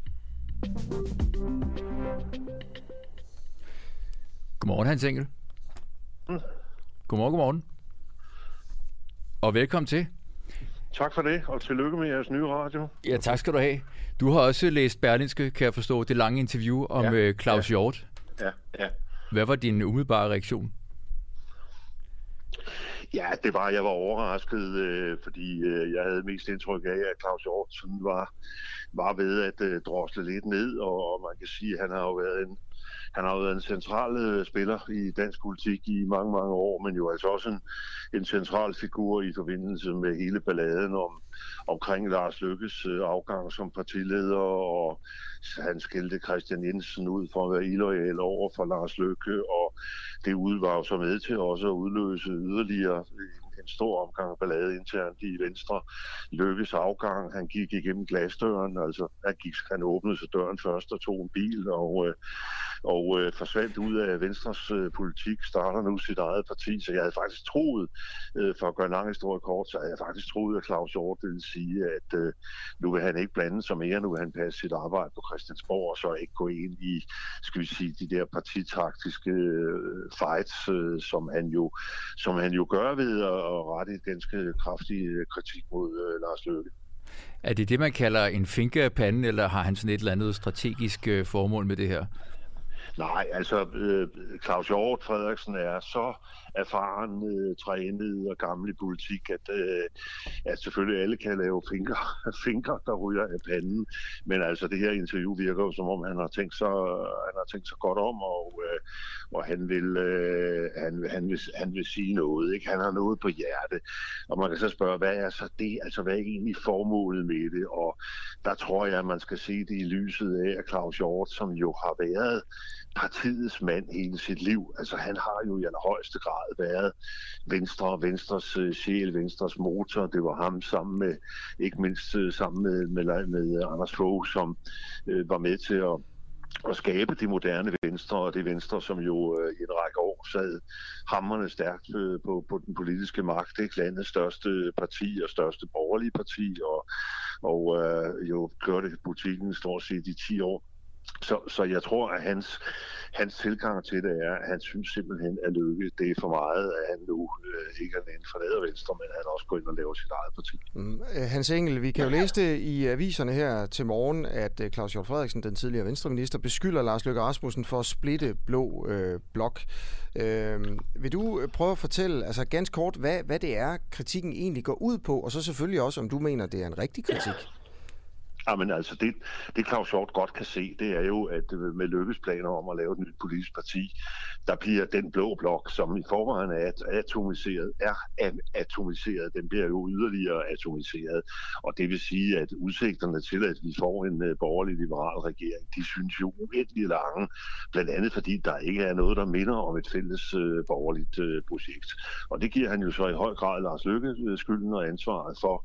Godmorgen, Hans Engel. Mm. Godmorgen, godmorgen. Og velkommen til. Tak for det, og tillykke med jeres nye radio. Ja, tak skal du have. Du har også læst Berlingske, kan jeg forstå, det lange interview om ja, Claus ja. Hjort. Ja, ja. Hvad var din umiddelbare reaktion? Ja, det var, jeg var overrasket, øh, fordi øh, jeg havde mest indtryk af, at Claus Hjort sådan var, var ved at øh, drosle lidt ned, og, og man kan sige, at han har jo været en Han har jo været en central øh, spiller i dansk politik i mange, mange år, men jo altså også en, en central figur i forbindelse med hele balladen om, omkring Lars Løkkes øh, afgang som partileder, og han skældte Christian Jensen ud for at være illoyal over for Lars Løkke, og det ud var jo så med til også at udløse yderligere en stor omgang ballade internt i Venstre. Løkkes afgang, han gik igennem glasdøren, altså han, gik, han åbnede sig døren først og tog en bil, og, øh, og øh, forsvandt ud af Venstres øh, politik, starter nu sit eget parti, så jeg havde faktisk troet, øh, for at gøre en lang historie kort, så havde jeg faktisk troet, at Claus Hjort ville sige, at øh, nu vil han ikke blande sig mere, nu vil han passe sit arbejde på Christiansborg, og så ikke gå ind i, skal vi sige, de der partitaktiske øh, fights, øh, som han jo, som han jo gør ved at og rette et ganske kraftig kritik mod øh, Lars Løkke. Er det det, man kalder en finke af panden, eller har han sådan et eller andet strategisk øh, formål med det her? Nej, altså øh, Claus Hjort Frederiksen er så erfaren, øh, trænet og gammel i politik, at, øh, at selvfølgelig alle kan lave finker, finker, der ryger af panden. Men altså det her interview virker jo som om, han har tænkt sig, han har tænkt sig godt om, og, øh, og han, vil, øh, han, han, vil, han vil sige noget. Ikke? Han har noget på hjerte. Og man kan så spørge, hvad er så det? Altså hvad er egentlig formålet med det? Og der tror jeg, at man skal se det i lyset af, at Claus Hjort, som jo har været partiets mand hele sit liv. Altså han har jo i allerhøjeste grad været Venstre, Venstres uh, sjæl, Venstres motor. Det var ham sammen med, ikke mindst uh, sammen med, med, med Anders Fogh, som uh, var med til at, at skabe det moderne Venstre, og det Venstre, som jo uh, i en række år sad hamrende stærkt uh, på, på den politiske magt. Ikke landets største parti og største borgerlige parti, og, og uh, jo kørte butikken stort set i ti år. Så, så jeg tror, at hans, hans tilgang til det er, at han synes simpelthen, at Løkke, det er for meget, at han nu øh, ikke er en forlader Venstre, men han også går ind og laver sit eget parti. Mm, Hans Engel, vi kan jo læse det i aviserne her til morgen, at Claus Hjort Frederiksen, den tidligere venstreminister, beskylder Lars Løkke Rasmussen for at splitte blå øh, blok. Øh, vil du prøve at fortælle, altså ganske kort, hvad, hvad det er, kritikken egentlig går ud på, og så selvfølgelig også, om du mener, det er en rigtig kritik? Ja, men altså det, det Claus Hjort godt kan se, det er jo, at med Løkkes planer om at lave et nyt politisk parti, der bliver den blå blok, som i forvejen er atomiseret, er atomiseret, den bliver jo yderligere atomiseret. Og det vil sige, at udsigterne til, at vi får en uh, borgerlig-liberal regering, de synes jo uendelig lange, blandt andet fordi der ikke er noget, der minder om et fælles uh, borgerligt uh, projekt. Og det giver han jo så i høj grad Lars Løkke uh, skylden og ansvaret for.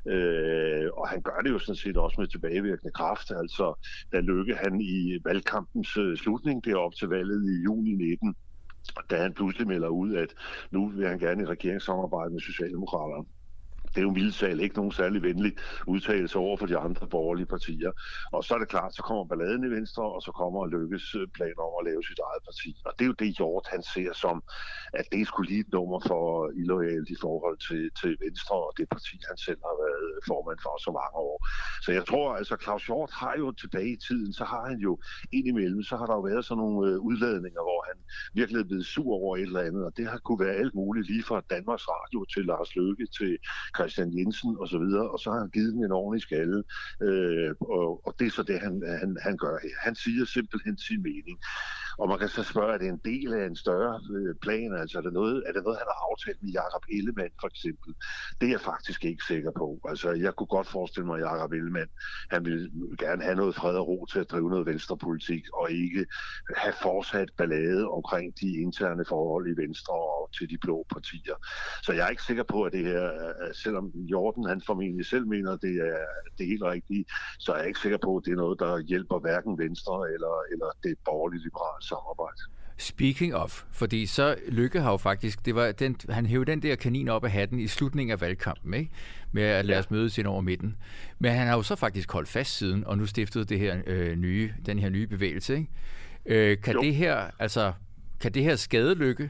Uh, og han gør det jo sådan set også med tilbagevirkende kraft. Altså, da Løkke han i valgkampens uh, slutning, derop til valget i juni nitten, da han pludselig melder ud, at nu vil han gerne i regeringssamarbejde med Socialdemokraterne. det er jo mildt talt ikke nogen særlig venlig udtalelse over for de andre borgerlige partier. Og så er det klart, så kommer balladen i Venstre, og så kommer Løkkes plan om at lave sit eget parti. Og det er jo det, Hjort han ser som, at det skulle lige et nummer for illoyalt i forhold til, til Venstre og det parti, han selv har været formand for så mange år. Så jeg tror, altså Claus Hjort har jo tilbage i tiden, så har han jo indimellem, så har der jo været sådan nogle øh, udladninger, hvor han virkelig er blevet sur over et eller andet, og det har kunne være alt muligt, lige fra Danmarks Radio til Lars Løkke til Christian Jensen og så videre, og så har han givet den en ordentlig skalle, øh, og, og det er så det, han, han, han gør her. Han siger simpelthen sin mening. Og man kan så spørge, er det en del af en større øh, plan? Altså er det, noget, er det noget, han har aftalt med Jakob Ellemann for eksempel? Det er jeg faktisk ikke sikker på. Altså jeg kunne godt forestille mig, at Jakob Ellemann, han ville gerne have noget fred og ro til at drive noget venstrepolitik, og ikke have fortsat ballade omkring de interne forhold i Venstre og til de blå partier. Så jeg er ikke sikker på, at det her, selvom Hjorten han formentlig selv mener, at det er det helt rigtige, så er jeg ikke sikker på, at det er noget, der hjælper hverken Venstre eller, eller det borgerlige liberale samarbejde. Speaking of, fordi så Løkke har jo faktisk, det var den, han hævde den der kanin op af hatten i slutningen af valgkampen, ikke? Med at lade os mødes ind over midten. Men han har jo så faktisk holdt fast siden, og nu stiftet det her øh, nye, den her nye bevægelse, ikke? Øh, kan jo. det her, altså, kan det her skade Løkke?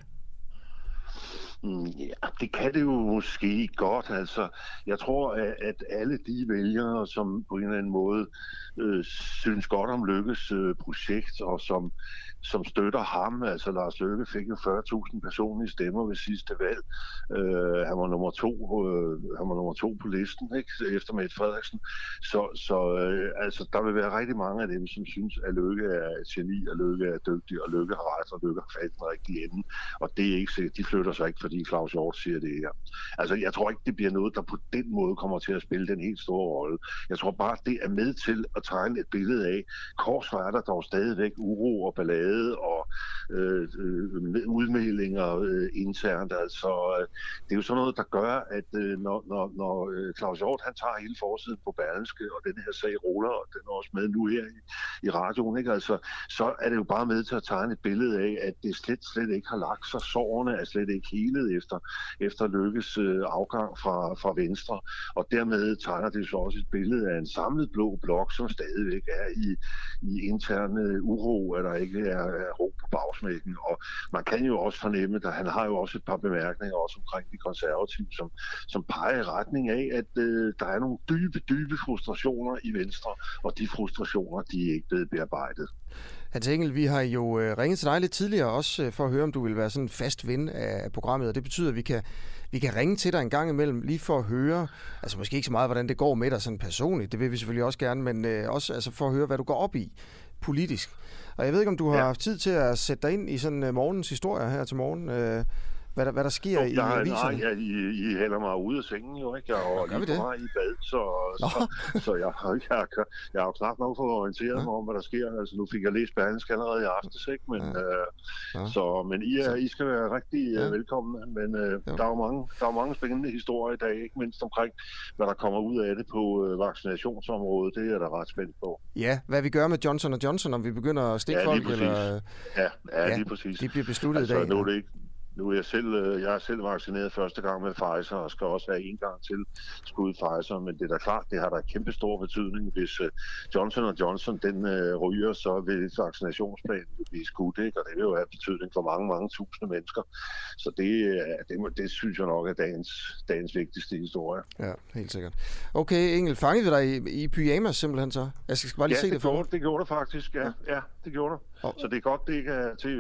Ja, det kan det jo måske godt. Altså, jeg tror, at alle de vælgere, som på en eller anden måde øh, synes godt om Løkkes øh, projekt, og som, som støtter ham, altså Lars Løkke fik jo fyrre tusind personlige stemmer ved sidste valg. Øh, han var nummer to, øh, han var nummer to på listen, ikke? Efter Mette Frederiksen. Så, så øh, altså, der vil være rigtig mange af dem, som synes, at Løkke er et geni, og Løkke er dygtig, og Løkke har ret, og Løkke har fat den rigtige ende. Og det er ikke sikkert, de flytter sig ikke, fordi Claus Hjort siger det her. Altså, jeg tror ikke, det bliver noget, der på den måde kommer til at spille den helt store rolle. Jeg tror bare, det er med til at tegne et billede af, korsvej er der dog stadigvæk uro og ballade og øh, øh, udmeldinger øh, internt. Altså, øh, det er jo sådan noget, der gør, at øh, når, når, når øh, Claus Hjort, han tager hele forsiden på Berlingske, og den her sag ruller, og den er også med nu her i, i radioen, ikke? Altså, så er det jo bare med til at tegne et billede af, at det slet, slet ikke har lagt sig. Sårene er slet ikke helet efter, efter Løkkes øh, afgang fra, fra Venstre, og dermed tegner det så også et billede af en samlet blå blok, som stadigvæk er i, i interne uro, at der ikke er, er ro på bagsmækken. Og man kan jo også fornemme, at han har jo også et par bemærkninger også omkring de konservative, som, som peger i retning af, at øh, der er nogle dybe, dybe frustrationer i Venstre, og de frustrationer, de er ikke blevet bearbejdet. Hans Engel, vi har jo ringet til dig lidt tidligere også for at høre, om du vil være sådan en fast ven af programmet, og det betyder, at vi kan, vi kan ringe til dig en gang imellem, lige for at høre, altså måske ikke så meget, hvordan det går med dig sådan personligt, det vil vi selvfølgelig også gerne, men øh, også altså for at høre, hvad du går op i politisk. Og jeg ved ikke, om du har ja. haft tid til at sætte dig ind i sådan uh, morgens historie her til morgen, øh, hvad, der, hvad der sker jo, i jeg, aviserne. Nej, jeg, I, I hælder mig ude af sengen jo, ikke? Jeg er lige på vej i bad, så, så, så jeg, jeg, jeg, jeg har jo knap nok fået orienteret ja. mig om, hvad der sker. Altså, nu fik jeg læst Berlingske allerede i aftes, ikke? Men, ja. Øh, ja. Så, men I, er, I skal være rigtig ja. velkomne. Men øh, der er jo mange, der er mange spændende historier i dag, ikke mindst omkring, hvad der kommer ud af det på øh, vaccinationsområdet. Det er jeg da ret spændt på. Ja, hvad vi gør med Johnson og Johnson, om vi begynder at stikke ja, folk? Eller, ja, ja, ja, lige præcis. Det bliver besluttet altså, i dag. Nu er det ikke Nu er jeg selv, jeg er selv vaccineret første gang med Pfizer, og skal også have en gang til skud Pfizer, men det er da klart, det har da kæmpe stor betydning, hvis Johnson og Johnson den uh, ryger, så vil vaccinationsplanen blive skudt, ikke? Og det vil jo have betydning for mange, mange tusinde mennesker. Så det, det, det synes jeg nok er dagens, dagens vigtigste historie. Ja, helt sikkert. Okay, Engel, fangede vi dig i, i pyjamas simpelthen så? Jeg skal bare lige ja, se det, det for gjorde, det gjorde det faktisk, ja. ja. ja det gjorde det. Oh. Så det er godt, det ikke er tv.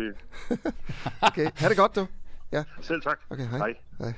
Okay, ha' det godt, du. Ja. Selv tak. Okay, hej. Hej. hej.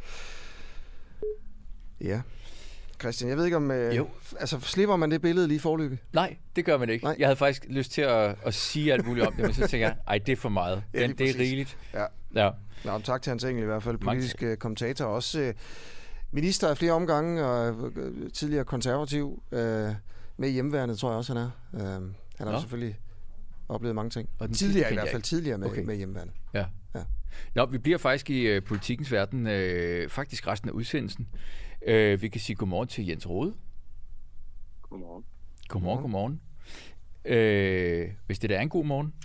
Ja. Christian, jeg ved ikke om... Øh, jo. Altså, slipper man det billede lige forløbig? Nej, det gør man ikke. Nej. Jeg havde faktisk lyst til at, at sige alt muligt om det, men så tænker jeg, ej, det er for meget. Den, ja, det er rigeligt. Ja. ja. Nå, tak til Hans Engel i hvert fald, politisk Mange. kommentator. Også øh, minister af flere omgange, og øh, tidligere konservativ, øh, med hjemmeværnet, tror jeg også, han er. Øh, han har Nå. selvfølgelig oplevet mange ting. Og tidligere i hvert fald, tidligere med, okay. med hjemmeværnet. Ja. ja. Nå, vi bliver faktisk i øh, politikens verden, øh, faktisk resten af udsendelsen. Øh, vi kan sige godmorgen til Jens Rohde. Godmorgen. Godmorgen, godmorgen. Øh, hvis det da er en god morgen.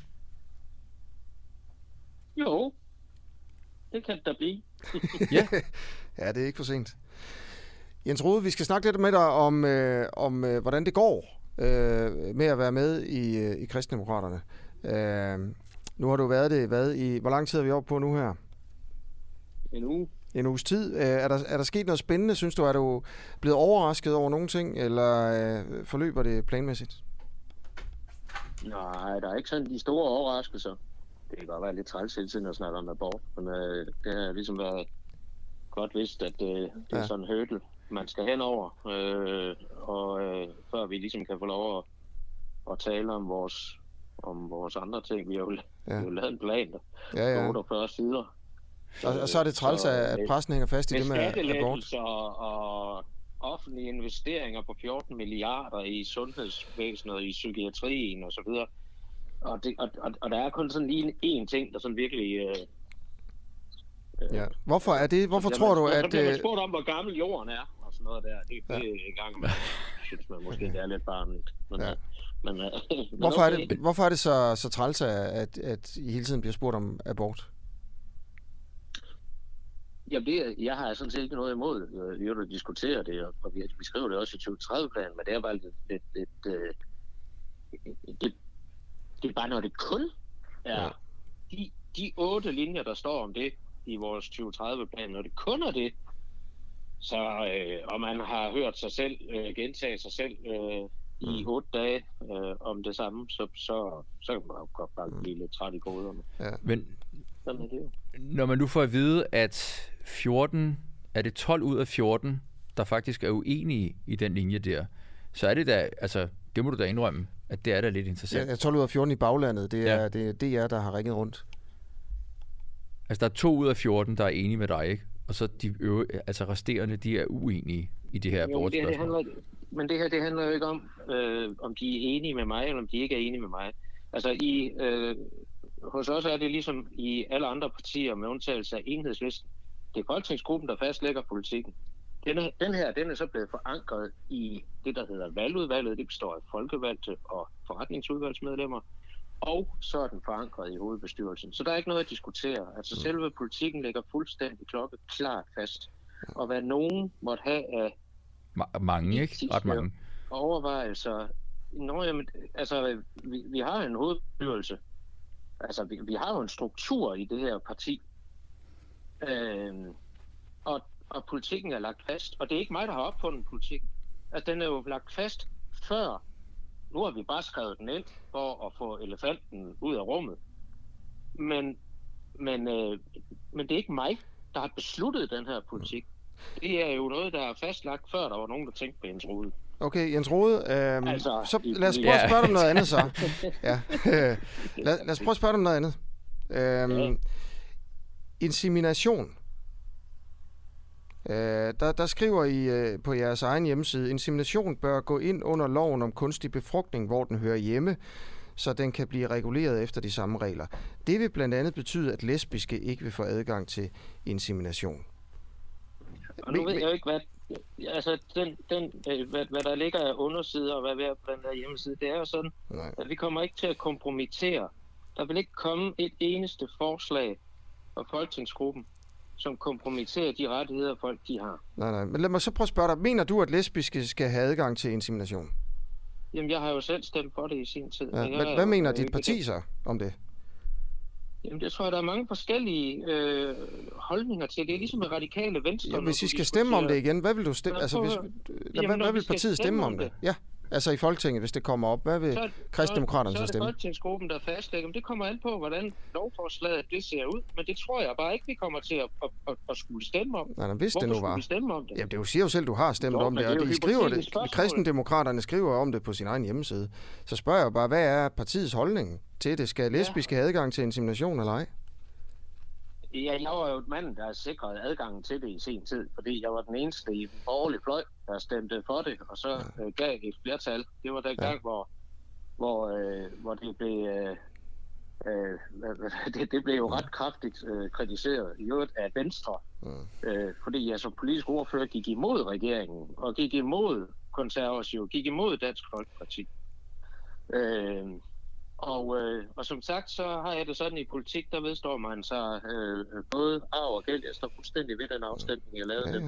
Jo, det kan det da blive. ja. ja, det er ikke for sent. Jens Rohde, vi skal snakke lidt med dig om, øh, om øh, hvordan det går øh, med at være med i, øh, i Kristendemokraterne. Øh, nu har du været det, hvad, i, hvor lang tid er vi oppe på nu her? En uge. En uges tid. Øh, er, der, er der sket noget spændende, synes du? Er du blevet overrasket over nogle ting, eller øh, forløber det planmæssigt? Nej, der er ikke sådan de store overraskelser. Det kan godt være lidt træls hele tiden at snakke om abort, men øh, det har ligesom været godt vidst, at øh, det er ja. sådan en hurdle, man skal henover, øh, og øh, før vi ligesom kan få lov at, at tale om vores, om vores andre ting. Vi har jo, ja. vi har jo lavet en plan, der ja, ja. otteogfyrre sider. Og, og så er det træls, så, at pressen hænger fast i det med abort. Med skattelettelser og offentlige investeringer på fjorten milliarder i sundhedsvæsenet og i psykiatrien og så videre. Og, det, og, og, og der er kun sådan lige en ting, der sådan virkelig... Øh, ja. Hvorfor er det? Hvorfor så tror man, du, at... Så bliver man spurgt om, hvor gammel jorden er og sådan noget der. Det, ja. det er en gang, man synes man måske, det er lidt barnligt. Men, ja. men, men, hvorfor, okay. er det, hvorfor er det så, så træls, at, at I hele tiden bliver spurgt om abort? Jamen, det, jeg har sådan set ikke noget imod, vi har jo diskuteret det, og vi, vi skriver det også i tyve tredive-planen, men det er bare lidt... lidt, lidt øh, det, det er bare, når det kun er ja. de, de otte linjer, der står om det i vores tyve tredive-plan, når det kun er det, så, øh, og man har hørt sig selv øh, gentage sig selv øh, i otte dage øh, om det samme, så, så, så kan man jo godt bare blive lidt træt i koderne. Ja. Men sådan er det jo. Når man nu får at vide, at fjorten, er det tolv ud af fjorten, der faktisk er uenige i den linje der, så er det da, altså, det må du da indrømme, at det er da lidt interessant. Ja, tolv ud af fjorten i baglandet, det er, ja. det er D R, der har ringet rundt. Altså, der er to ud af fjorten, der er enige med dig, ikke? Og så de øvrige, altså resterende, de er uenige i det her abortspørgsmål. Men det her, det handler jo ikke om, øh, om de er enige med mig, eller om de ikke er enige med mig. Altså, i, øh, hos os er det ligesom i alle andre partier, med undtagelse af Enhedslisten. Det er folketingsgruppen, der fastlægger politikken. Denne, den her, den er så blevet forankret i det, der hedder valgudvalget. Det består af folkevalgte og forretningsudvalgsmedlemmer. Og så er den forankret i hovedbestyrelsen. Så der er ikke noget at diskutere. Altså mm. selve politikken ligger fuldstændig klokke klart fast. Og hvad nogen måtte have af... Ma- mange, ikke? Ret mange. Overvejelser. Nå, jamen, altså, vi, vi har en hovedbestyrelse. Altså, vi, vi har jo en struktur i det her parti. Øhm, og, og politikken er lagt fast. Og det er ikke mig, der har opfundet politikken. Altså, den er jo lagt fast før. Nu har vi bare skrevet den ind for at få elefanten ud af rummet. Men, men, øh, men det er ikke mig, der har besluttet den her politik. Det er jo noget, der er fastlagt før, der var nogen, der tænkte på Jens Rohde. Okay, Jens Rohde, øhm, altså, så lad os prøve at spørge dig om noget andet så. Ja. lad, lad os prøve at spørge dig om noget andet. Øhm, ja. Insemination. Øh, der, der skriver I øh, på jeres egen hjemmeside, insemination bør gå ind under loven om kunstig befrugtning, hvor den hører hjemme, så den kan blive reguleret efter de samme regler. Det vil blandt andet betyde, at lesbiske ikke vil få adgang til insemination. Og nu ved jeg jo ikke, hvad, altså den, den, hvad, hvad der ligger af undersider og hvad vi er på den der hjemmeside, det er jo sådan, Nej. at vi kommer ikke til at kompromittere. Der vil ikke komme et eneste forslag fra folketingsgruppen, som kompromitterer de rettigheder, folk de har. Nej, nej. Men lad mig så prøve at spørge dig. Mener du, at lesbiske skal have adgang til insemination? Jamen, jeg har jo selv stemt for det i sin tid. Ja, hvad, hvad mener dit parti så om det? Jamen, det tror jeg, der er mange forskellige øh, holdninger til. Det er ligesom med radikale venstre. Ja, hvis I skal stemme om det igen, hvad vil du stemme? Altså, hvis, Jamen, hvad, hvad vil partiet stemme om det? det? Ja. Altså i Folketinget, hvis det kommer op. Hvad vil så, Kristendemokraterne så, så stemme? Så er det Folketingsgruppen, der fastlægger. Det kommer an på, hvordan lovforslaget det ser ud. Men det tror jeg bare ikke, vi kommer til at, at, at, at skulle stemme om. Nej, nej, hvis Hvorfor det nu var. vi stemme om det? Jamen, det siger jo selv, du har stemt jo, om det. Og det de skriver det. Kristendemokraterne skriver om det på sin egen hjemmeside. Så spørger jeg bare, hvad er partiets holdning til det? Skal lesbiske have adgang til insemination eller ej? Ja, jeg var jo et mand, der sikrede adgangen til det i sin tid, fordi jeg var den eneste i den borgerlige fløj, der stemte for det, og så ja. øh, gav et flertal. Det var den gang, ja. hvor, hvor, øh, hvor det blev, øh, øh, det, det blev jo ret kraftigt øh, kritiseret, i øvrigt af Venstre, ja. øh, fordi jeg som politisk ordfører gik imod regeringen, og gik imod konservative, gik imod Dansk Folkeparti. Øh, Og, øh, og som sagt, så har jeg det sådan i politik, der vedstår man sig øh, både arv og gæld. Jeg står fuldstændig ved den afstemning, jeg lavede ja, ja.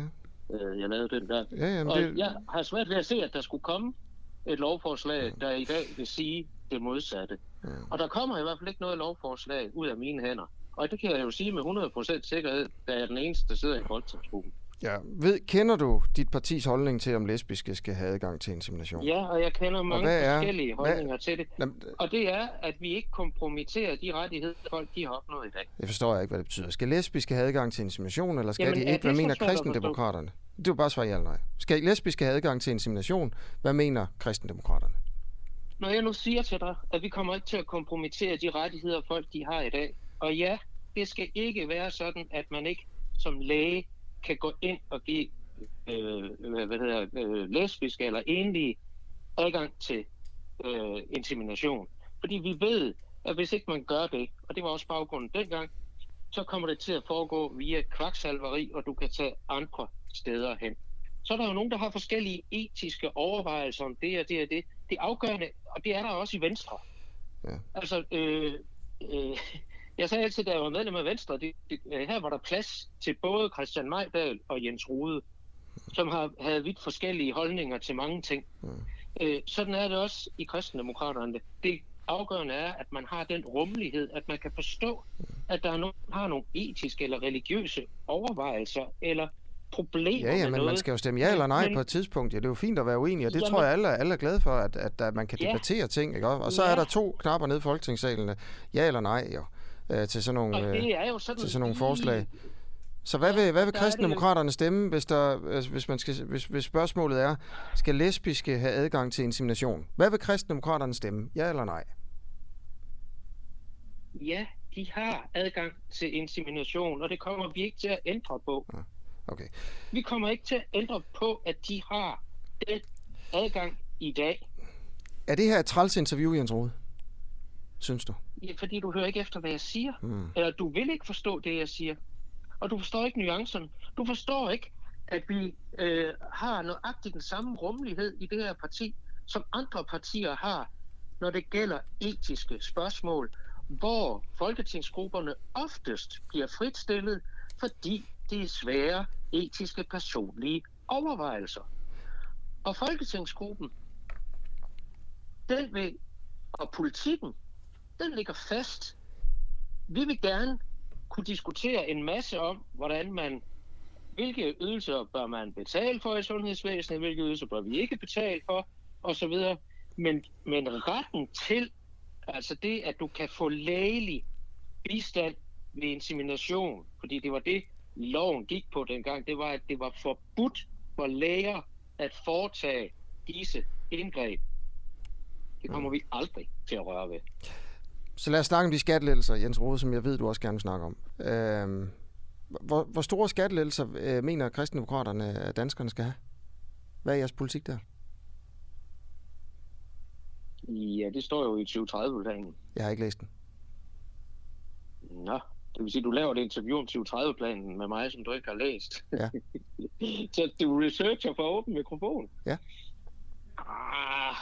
øh, jeg lavede den der. Ja, jamen, og det... jeg har svært ved at se, at der skulle komme et lovforslag, der i dag vil sige det modsatte. Ja. Og der kommer i hvert fald ikke noget lovforslag ud af mine hænder. Og det kan jeg jo sige med hundrede procent sikkerhed, da jeg er den eneste, der sidder i folketingsgruppen. Ja, ved, kender du dit partis holdning til, om lesbiske skal have adgang til insemination? Ja, og jeg kender mange er, forskellige holdninger hvad, til det. Jamen, og det er, at vi ikke kompromitterer de rettigheder, folk de har opnået i dag. Jeg forstår ikke, hvad det betyder. Skal lesbiske have adgang til insemination, eller skal Jamen, de ikke? Hvad mener kristendemokraterne? Det er jo bare svar ja eller nej. Skal lesbiske have adgang til insemination? Hvad mener kristendemokraterne? Når jeg nu siger til dig, at vi kommer ikke til at kompromittere de rettigheder, folk de har i dag. Og ja, det skal ikke være sådan, at man ikke som læge kan gå ind og give øh, hvad hedder, øh, lesbiske eller enlige adgang til øh, insemination. Fordi vi ved, at hvis ikke man gør det, og det var også baggrunden dengang, så kommer det til at foregå via kvaksalveri, og du kan tage andre steder hen. Så er der jo nogen, der har forskellige etiske overvejelser om det og det og det. Det er afgørende, og det er der også i Venstre. Ja. Altså, øh, øh, jeg sagde altid, da jeg var medlem af Venstre, det, det, her var der plads til både Christian Mejdal og Jens Rohde, som har, havde vidt forskellige holdninger til mange ting. Mm. Øh, sådan er det også i kristendemokraterne. Det afgørende er, at man har den rummelighed, at man kan forstå, at der er nogen, har nogle etiske eller religiøse overvejelser, eller problemer ja, ja, med men noget. man skal jo stemme ja eller nej men, på et tidspunkt. Ja, det er jo fint at være uenig, og det jamen, tror jeg, alle, alle er glade for, at, at, at man kan debattere ja. ting. Ikke? Og så ja. er der to knapper nede i Folketingssalen. Ja eller nej, jo. Til sådan nogle, øh, sådan, til sådan nogle forslag. Så hvad vil, hvad vil kristendemokraterne stemme, hvis, der, hvis, man skal, hvis, hvis spørgsmålet er, skal lesbiske have adgang til insemination? Hvad vil kristendemokraterne stemme? Ja eller nej? Ja, de har adgang til insemination, og det kommer vi ikke til at ændre på. Okay. Vi kommer ikke til at ændre på, at de har den adgang i dag. Er det her et træls interview, Jens Rohde? Synes du? Ja, fordi du hører ikke efter, hvad jeg siger. Hmm. Eller du vil ikke forstå det, jeg siger. Og du forstår ikke nuancerne. Du forstår ikke, at vi øh, har nøjagtigt den samme rummelighed i det her parti, som andre partier har, når det gælder etiske spørgsmål, hvor folketingsgrupperne oftest bliver fritstillet, fordi det er svære etiske personlige overvejelser. Og folketingsgruppen, den vil, og politikken, den ligger fast. Vi vil gerne kunne diskutere en masse om, hvordan man, hvilke ydelser bør man betale for i sundhedsvæsenet, hvilke ydelser bør vi ikke betale for, osv. Men, men retten til, altså det, at du kan få lægelig bistand ved insemination, fordi det var det, loven gik på dengang, det var, at det var forbudt for læger at foretage disse indgreb. Det kommer vi aldrig til at røre ved. Så lad os snakke om de skattelettelser, Jens Rohde, som jeg ved, du også gerne vil snakke om. Øh, hvor, hvor store skattelettelser øh, mener kristendemokraterne, at danskerne skal have? Hvad er jeres politik der? Ja, det står jo i tyve tredive-planen. Jeg har ikke læst den. Nå, det vil sige, at du laver et interview om tyve tredive-planen med mig, som du ikke har læst. Ja. Så du researcher for åben mikrofon? Ja. Ah...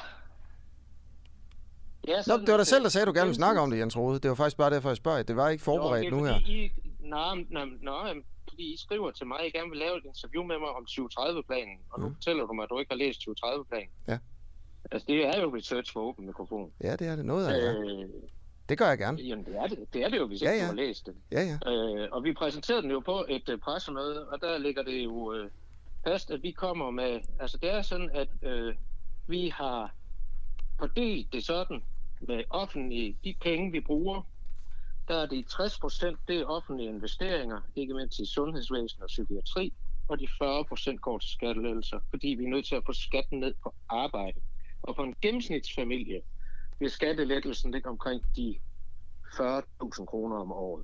Ja, Nå, det var dig selv, der sagde, at du gerne ville snakke om det, Jens Rohde. Det var faktisk bare derfor, jeg spørger. Det var ikke forberedt jo, nu her. I, nej, nej, nej, fordi I skriver til mig, at I gerne vil lave et interview med mig om tyve tredive-planen. Og nu mm. fortæller du mig, at du ikke har læst tyve tredive-planen. Ja. Altså, det er jo research for åben mikrofon. Ja, det er det. Noget af det. Øh, det gør jeg gerne. Jamen, det er det, det, er det jo, hvis ja, ikke ja. du har læst det. Ja, ja. Øh, og vi præsenterede den jo på et uh, pressemøde, og der ligger det jo uh, fast, at vi kommer med... Altså, det er sådan, at uh, vi har fordelt det sådan, med offentlige, de penge, vi bruger, der er det tres procent, det er offentlige investeringer, ikke mindst i sundhedsvæsen og psykiatri, og de fyrre procent går til skattelettelser, fordi vi er nødt til at få skatten ned på arbejde. Og for en gennemsnitsfamilie vil skattelettelsen ligge omkring de fyrre tusind kroner om året.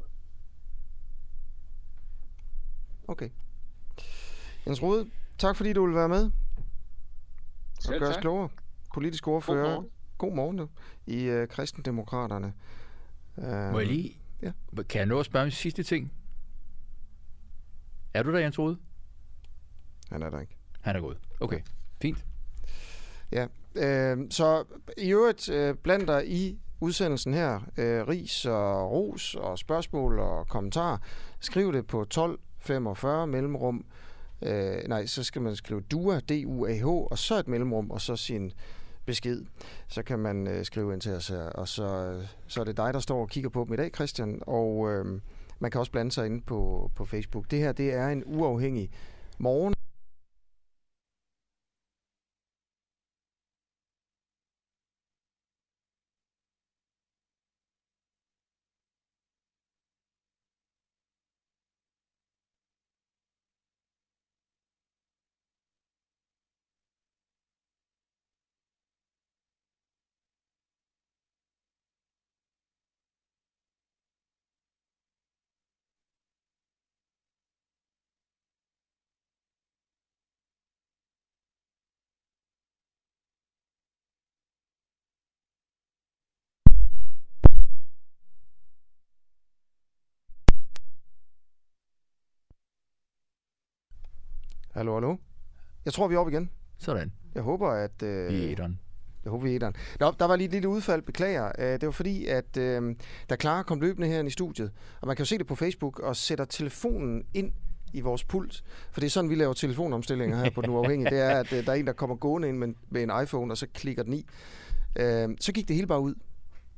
Okay. Jens Rohde, tak fordi du vil være med. Og gøre os klogere. Politisk ordfører. God morgen nu, i øh, kristendemokraterne. Uh, Må jeg lige? Ja. Kan jeg nå at spørge om sidste ting? Er du der, Jens Rohde? Han er der ikke. Han er gået. Okay, fint. Ja, øh, så i øvrigt øh, blandt dig i udsendelsen her, øh, ris og ros og spørgsmål og kommentarer, skriv det på tolv femogfyrre mellemrum Øh, nej, så skal man skrive D U A, D U A H, og så et mellemrum, og så sin besked. Så kan man øh, skrive ind til os her, og så, så er det dig, der står og kigger på dem i dag, Christian, og øh, man kan også blande sig inde på, på Facebook. Det her, det er en uafhængig morgen. Hallo, hallo. Jeg tror, vi er oppe igen. Sådan. Jeg håber, at... Øh, vi er etteren. Jeg håber, vi er etteren. Nå, der var lige et lille udfald, beklager. Øh, det var fordi, at øh, der Clara kom løbende her i studiet, og man kan jo se det på Facebook, og sætter telefonen ind i vores pult. For det er sådan, vi laver telefonomstillinger her på Den Uafhængige. Det er, at øh, der er en, der kommer gående ind med, med en iPhone, og så klikker den i. Øh, så gik det hele bare ud.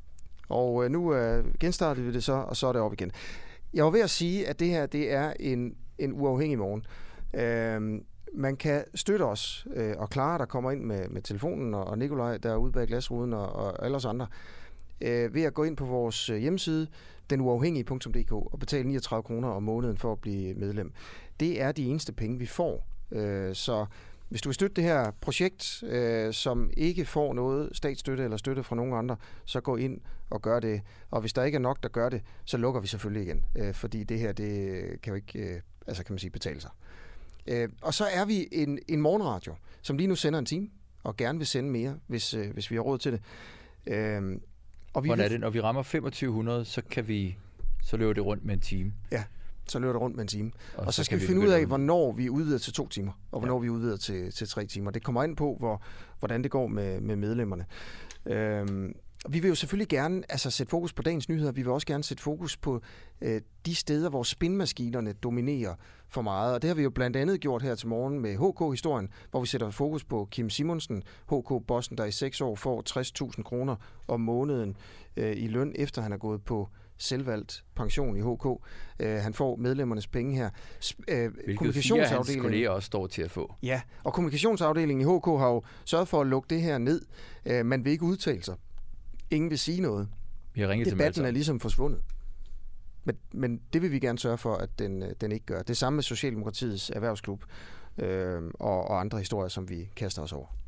Og øh, nu øh, genstartede vi det så, og så er det op igen. Jeg var ved at sige, at det her, det er en, en uafhængig morgen. Øh, man kan støtte os, øh, og Clara, der kommer ind med, med telefonen, og, og Nikolaj, der er ude bag glasruden, og, og alle os andre, øh, ved at gå ind på vores hjemmeside, den uafhængige punktum d k, og betale niogtredive kroner om måneden for at blive medlem. Det er de eneste penge, vi får. Øh, så hvis du vil støtte det her projekt, øh, som ikke får noget statsstøtte eller støtte fra nogen andre, så gå ind og gør det. Og hvis der ikke er nok, der gør det, så lukker vi selvfølgelig igen. Øh, fordi det her, det kan jo ikke, øh, altså kan man sige, betale sig. Øh, og så er vi en, en morgenradio, som lige nu sender en time, og gerne vil sende mere, hvis, øh, hvis vi har råd til det. Øh, og vi Hvordan er vil... det? Når vi rammer femogtyve hundrede, så kan vi, så løber det rundt med en time. Ja, så løber det rundt med en time. Og, og så, så skal vi vi finde ud af, ud. hvornår vi udvider til to timer, og hvornår ja. vi udvider til, til tre timer. Det kommer ind på, hvor, hvordan det går med, med medlemmerne. Øh, vi vil jo selvfølgelig gerne altså, sætte fokus på dagens nyheder. Vi vil også gerne sætte fokus på øh, de steder, hvor spinmaskinerne dominerer for meget. Og det har vi jo blandt andet gjort her til morgen med H K-historien, hvor vi sætter fokus på Kim Simonsen, H K-bossen, der i seks år får tres tusind kroner om måneden øh, i løn, efter han er gået på selvvalgt pension i H K. Øh, han får medlemmernes penge her. Sp- øh, Hvilket fire af hans kolleger også står til at få. Ja, og kommunikationsafdelingen i H K har jo sørget for at lukke det her ned. Øh, man vil ikke udtale sig. Ingen vil sige noget. Vi har ringet Debatten til er ligesom forsvundet. Men, men det vil vi gerne sørge for, at den, den ikke gør. Det samme med Socialdemokratiets erhvervsklub øh, og, og andre historier, som vi kaster os over.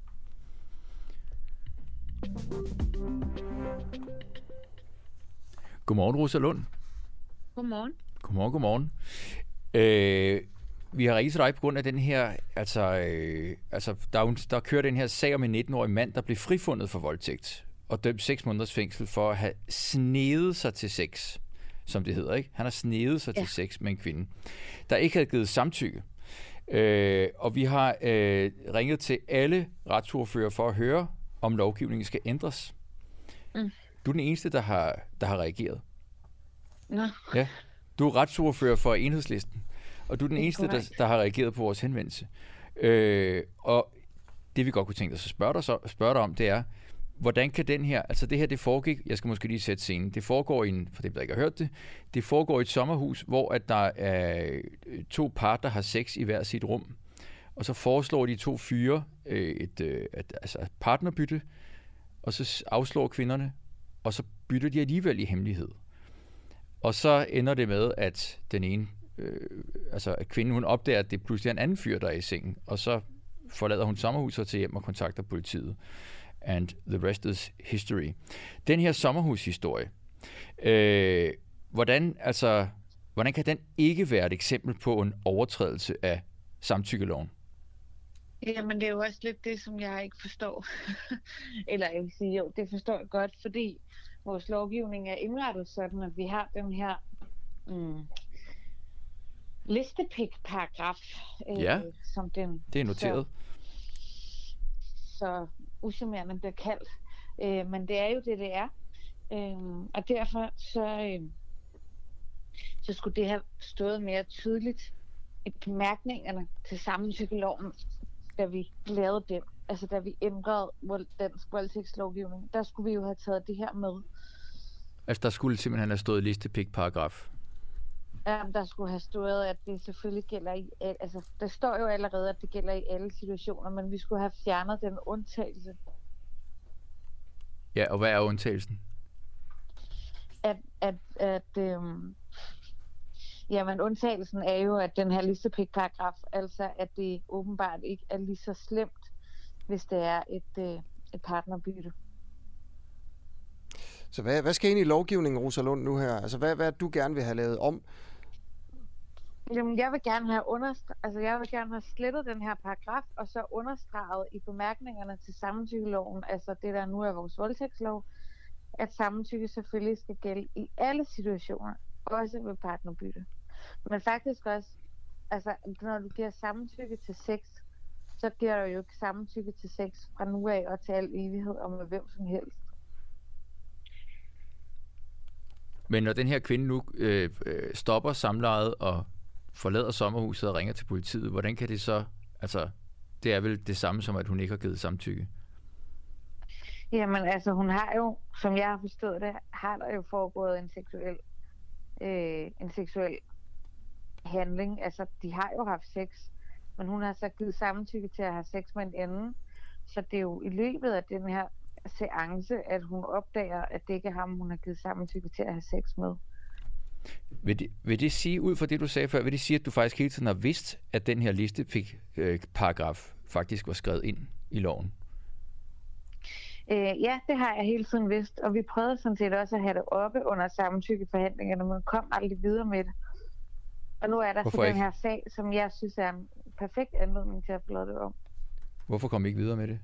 Godmorgen, Rosa Lund. Godmorgen. Godmorgen, godmorgen. Øh, vi har ringet til dig på grund af den her, altså, øh, altså der, der kører den her sag om en nitten-årig mand, der blev frifundet for voldtægt og dømt seks måneders fængsel for at have snedet sig til sex, som det hedder, ikke? Han har snedet sig ja. til sex med en kvinde, der ikke havde givet samtykke. Øh, og vi har øh, ringet til alle retsordfører for at høre, om lovgivningen skal ændres. Mm. Du er den eneste, der har, der har reageret. Nå. Ja. Du er retsordfører for Enhedslisten, og du er den eneste, der, der har reageret på vores henvendelse. Øh, og det vi godt kunne tænke os at spørge dig, så, spørge dig om, det er, hvordan kan den her, altså det her, det foregik, jeg skal måske lige sætte scenen, det foregår i en, for dem, der ikke har hørt det, det foregår i et sommerhus, hvor at der er to par, der har sex i hver sit rum, og så foreslår de to fyre et, et, et altså partnerbytte, og så afslår kvinderne, og så bytter de alligevel i hemmelighed. Og så ender det med, at den ene, øh, altså at kvinden, hun opdager, at det pludselig er en anden fyr, der er i sengen, og så forlader hun sommerhuset til hjem og kontakter politiet. And the rest is history. Den her sommerhushistorie, øh, hvordan, altså, hvordan kan den ikke være et eksempel på en overtrædelse af samtykkeloven? Jamen, det er jo også lidt det, som jeg ikke forstår. Eller jeg vil sige, jo, det forstår jeg godt, fordi vores lovgivning er indrettet sådan, at vi har den her mm, listepik-paragraf, øh, ja, som den det er noteret. Så, så uschammerende bliver kaldt. Øh, men det er jo det, det er. Øh, og derfor så, øh, så skulle det have stået mere tydeligt i bemærkningerne til samtykkeloven, da vi lavede den, altså da vi ændrede vold, dansk voldtægtslovgivning, der skulle vi jo have taget det her med. Altså der skulle simpelthen have stået listepligt-paragraf? Ja, der skulle have stået, at det selvfølgelig gælder i, altså der står jo allerede, at det gælder i alle situationer, men vi skulle have fjernet den undtagelse. Ja, og hvad er undtagelsen? At, at, at øhm, jamen undtagelsen er jo, at den her listepligt-paragraf, altså at det åbenbart ikke er lige så slemt, hvis det er et, øh, et partnerbytte. Så hvad, hvad skal ind i lovgivningen, Rosa Lund, nu her? Altså hvad, hvad er det, du gerne vil have lavet om? Jamen, jeg vil gerne have understre- altså jeg vil gerne have slettet den her paragraf, og så understreget i bemærkningerne til samtykkeloven, altså det der nu er vores voldtægtslov, at samtykke selvfølgelig skal gælde i alle situationer, også ved partnerbytte. Men faktisk også, altså når du giver samtykke til sex, så giver du jo ikke samtykke til sex fra nu af og til al evighed og med hvem som helst. Men når den her kvinde nu øh, øh, stopper samlejet og forlader sommerhuset og ringer til politiet, hvordan kan det så, altså det er vel det samme som, at hun ikke har givet samtykke? Jamen altså hun har jo, som jeg har forstået det, har der jo foregået en seksuel, øh, en seksuel handling. Altså de har jo haft sex, men hun har så givet samtykke til at have sex med en anden. Så det er jo i løbet af den her seance, at hun opdager, at det ikke er ham, hun har givet samtykke til at have sex med. Vil det, vil det sige, ud fra det du sagde før, vil det sige, at du faktisk hele tiden har vidst, at den her listepligt-paragraf faktisk var skrevet ind i loven? Øh, ja, det har jeg hele tiden vidst, og vi prøvede sådan set også at have det oppe under samtykkeforhandlingerne, men kom aldrig videre med det. Og nu er der så den her sag, som jeg synes er en perfekt anledning til at få det om. Hvorfor kom I ikke videre med det?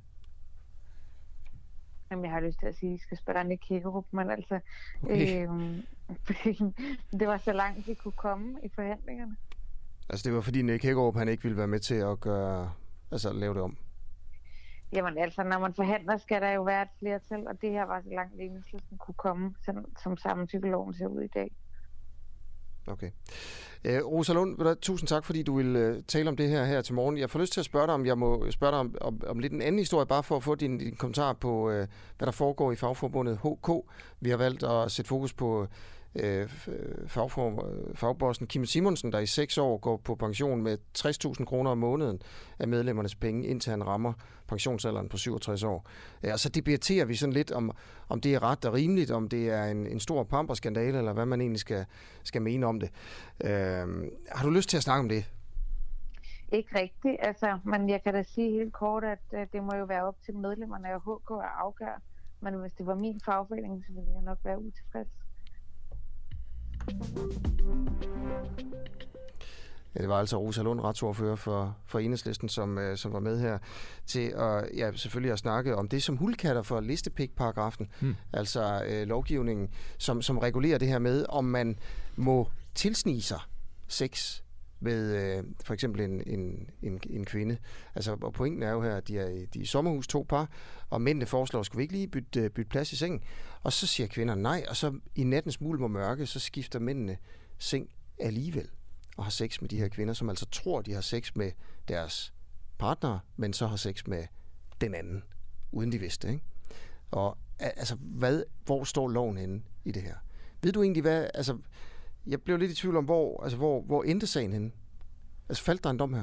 Jamen, jeg har lyst til at sige, at I skal spørge Nick Hækkerup, men altså, okay. øh, det var så langt, vi kunne komme i forhandlingerne. Altså, det var fordi Nick Hækkerup, han ikke ville være med til at gøre, altså lave det om? Jamen altså, når man forhandler, skal der jo være et flertal, og det her var så langt, at Enhedslisten kunne komme, som, som samtykkeloven ser ud i dag. Okay. Øh, Rosa Lund, tusind tak, fordi du vil øh, tale om det her her til morgen. Jeg får lyst til at spørge dig, om jeg må spørge dig om, om, om lidt en anden historie, bare for at få din, din kommentar på, øh, hvad der foregår i fagforbundet H K. Vi har valgt at sætte fokus på øh, fagform, fagbossen Kim Simonsen, der i seks år går på pension med tres tusind kroner om måneden af medlemmernes penge, indtil han rammer pensionsalderen på syvogtres år. Ja, og så debatterer vi sådan lidt, om, om det er ret og rimeligt, om det er en, en stor pamperskandale, eller hvad man egentlig skal, skal mene om det. Øh, har du lyst til at snakke om det? Ikke rigtigt, altså, men jeg kan da sige helt kort, at uh, det må jo være op til medlemmerne af H K at afgøre. Men hvis det var min fagforening, så ville jeg nok være utilfreds. Ja, det var altså Rosa Lund, retsordfører for, for Enhedslisten, som, øh, som var med her til at, ja, selvfølgelig at snakke om det, som hulkatter for listepligt-paragrafen, hmm. altså øh, lovgivningen, som, som regulerer det her med, om man må tilsnige sig sex med øh, for eksempel en, en, en, en kvinde. Altså, og pointen er jo her, at de er, de er i sommerhus, to par, og mændene foreslår, skal vi ikke lige bytte, bytte plads i sengen? Og så siger kvinderne nej, og så i nattens mulm og mørke, så skifter mændene seng alligevel og har sex med de her kvinder, som altså tror, de har sex med deres partner, men så har sex med den anden, uden de vidste, ikke? Og altså, hvad, hvor står loven henne i det her? Ved du egentlig, hvad, altså, jeg blev lidt i tvivl om, hvor, altså, hvor, hvor endte sagen henne? Altså, faldt der en dom her?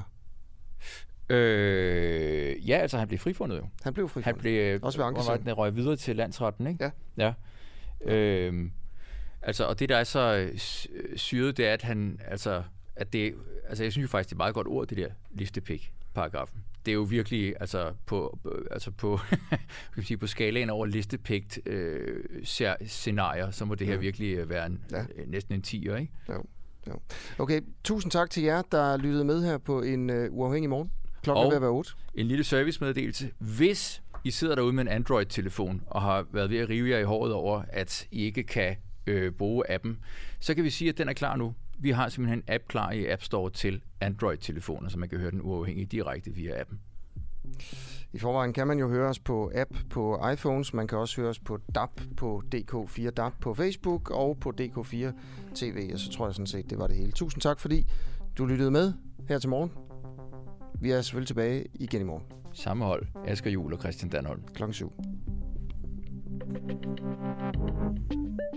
Øh, ja, altså, han blev frifundet jo. Han blev frifundet. Han blev, også ved Ankesagen. Han røg videre til landsretten, ikke? Ja. Ja. Øh, altså, og det, der er så syret, det er, at han, altså, at det, altså, jeg synes jo faktisk, det er meget godt ord, det der listepligt-paragrafen. Det er jo virkelig, altså, på, altså på, kan man sige, på skalaen over listepligt øh, scenarier, så må det her ja. virkelig være en, ja. næsten en tier, ikke? Ja. Ja. Okay, tusind tak til jer, der lyttede med her på en uh, uafhængig morgen. Klokken er ved at være otte. En lille servicemeddelelse. Hvis I sidder derude med en Android-telefon og har været ved at rive jer i håret over, at I ikke kan øh, bruge appen, så kan vi sige, at den er klar nu. Vi har simpelthen en app klar i App Store til Android-telefoner, så man kan høre den uafhængig direkte via appen. I forvejen kan man jo høre os på app på iPhones. Man kan også høre os på D A B, på D K fire D A B på Facebook og på D K fire T V. Og så tror jeg sådan set, det var det hele. Tusind tak, fordi Du lyttede med her til morgen. Vi er selvfølgelig tilbage igen i morgen. Samme hold. Asger Juhl og Christian Danholm. Klokken syv.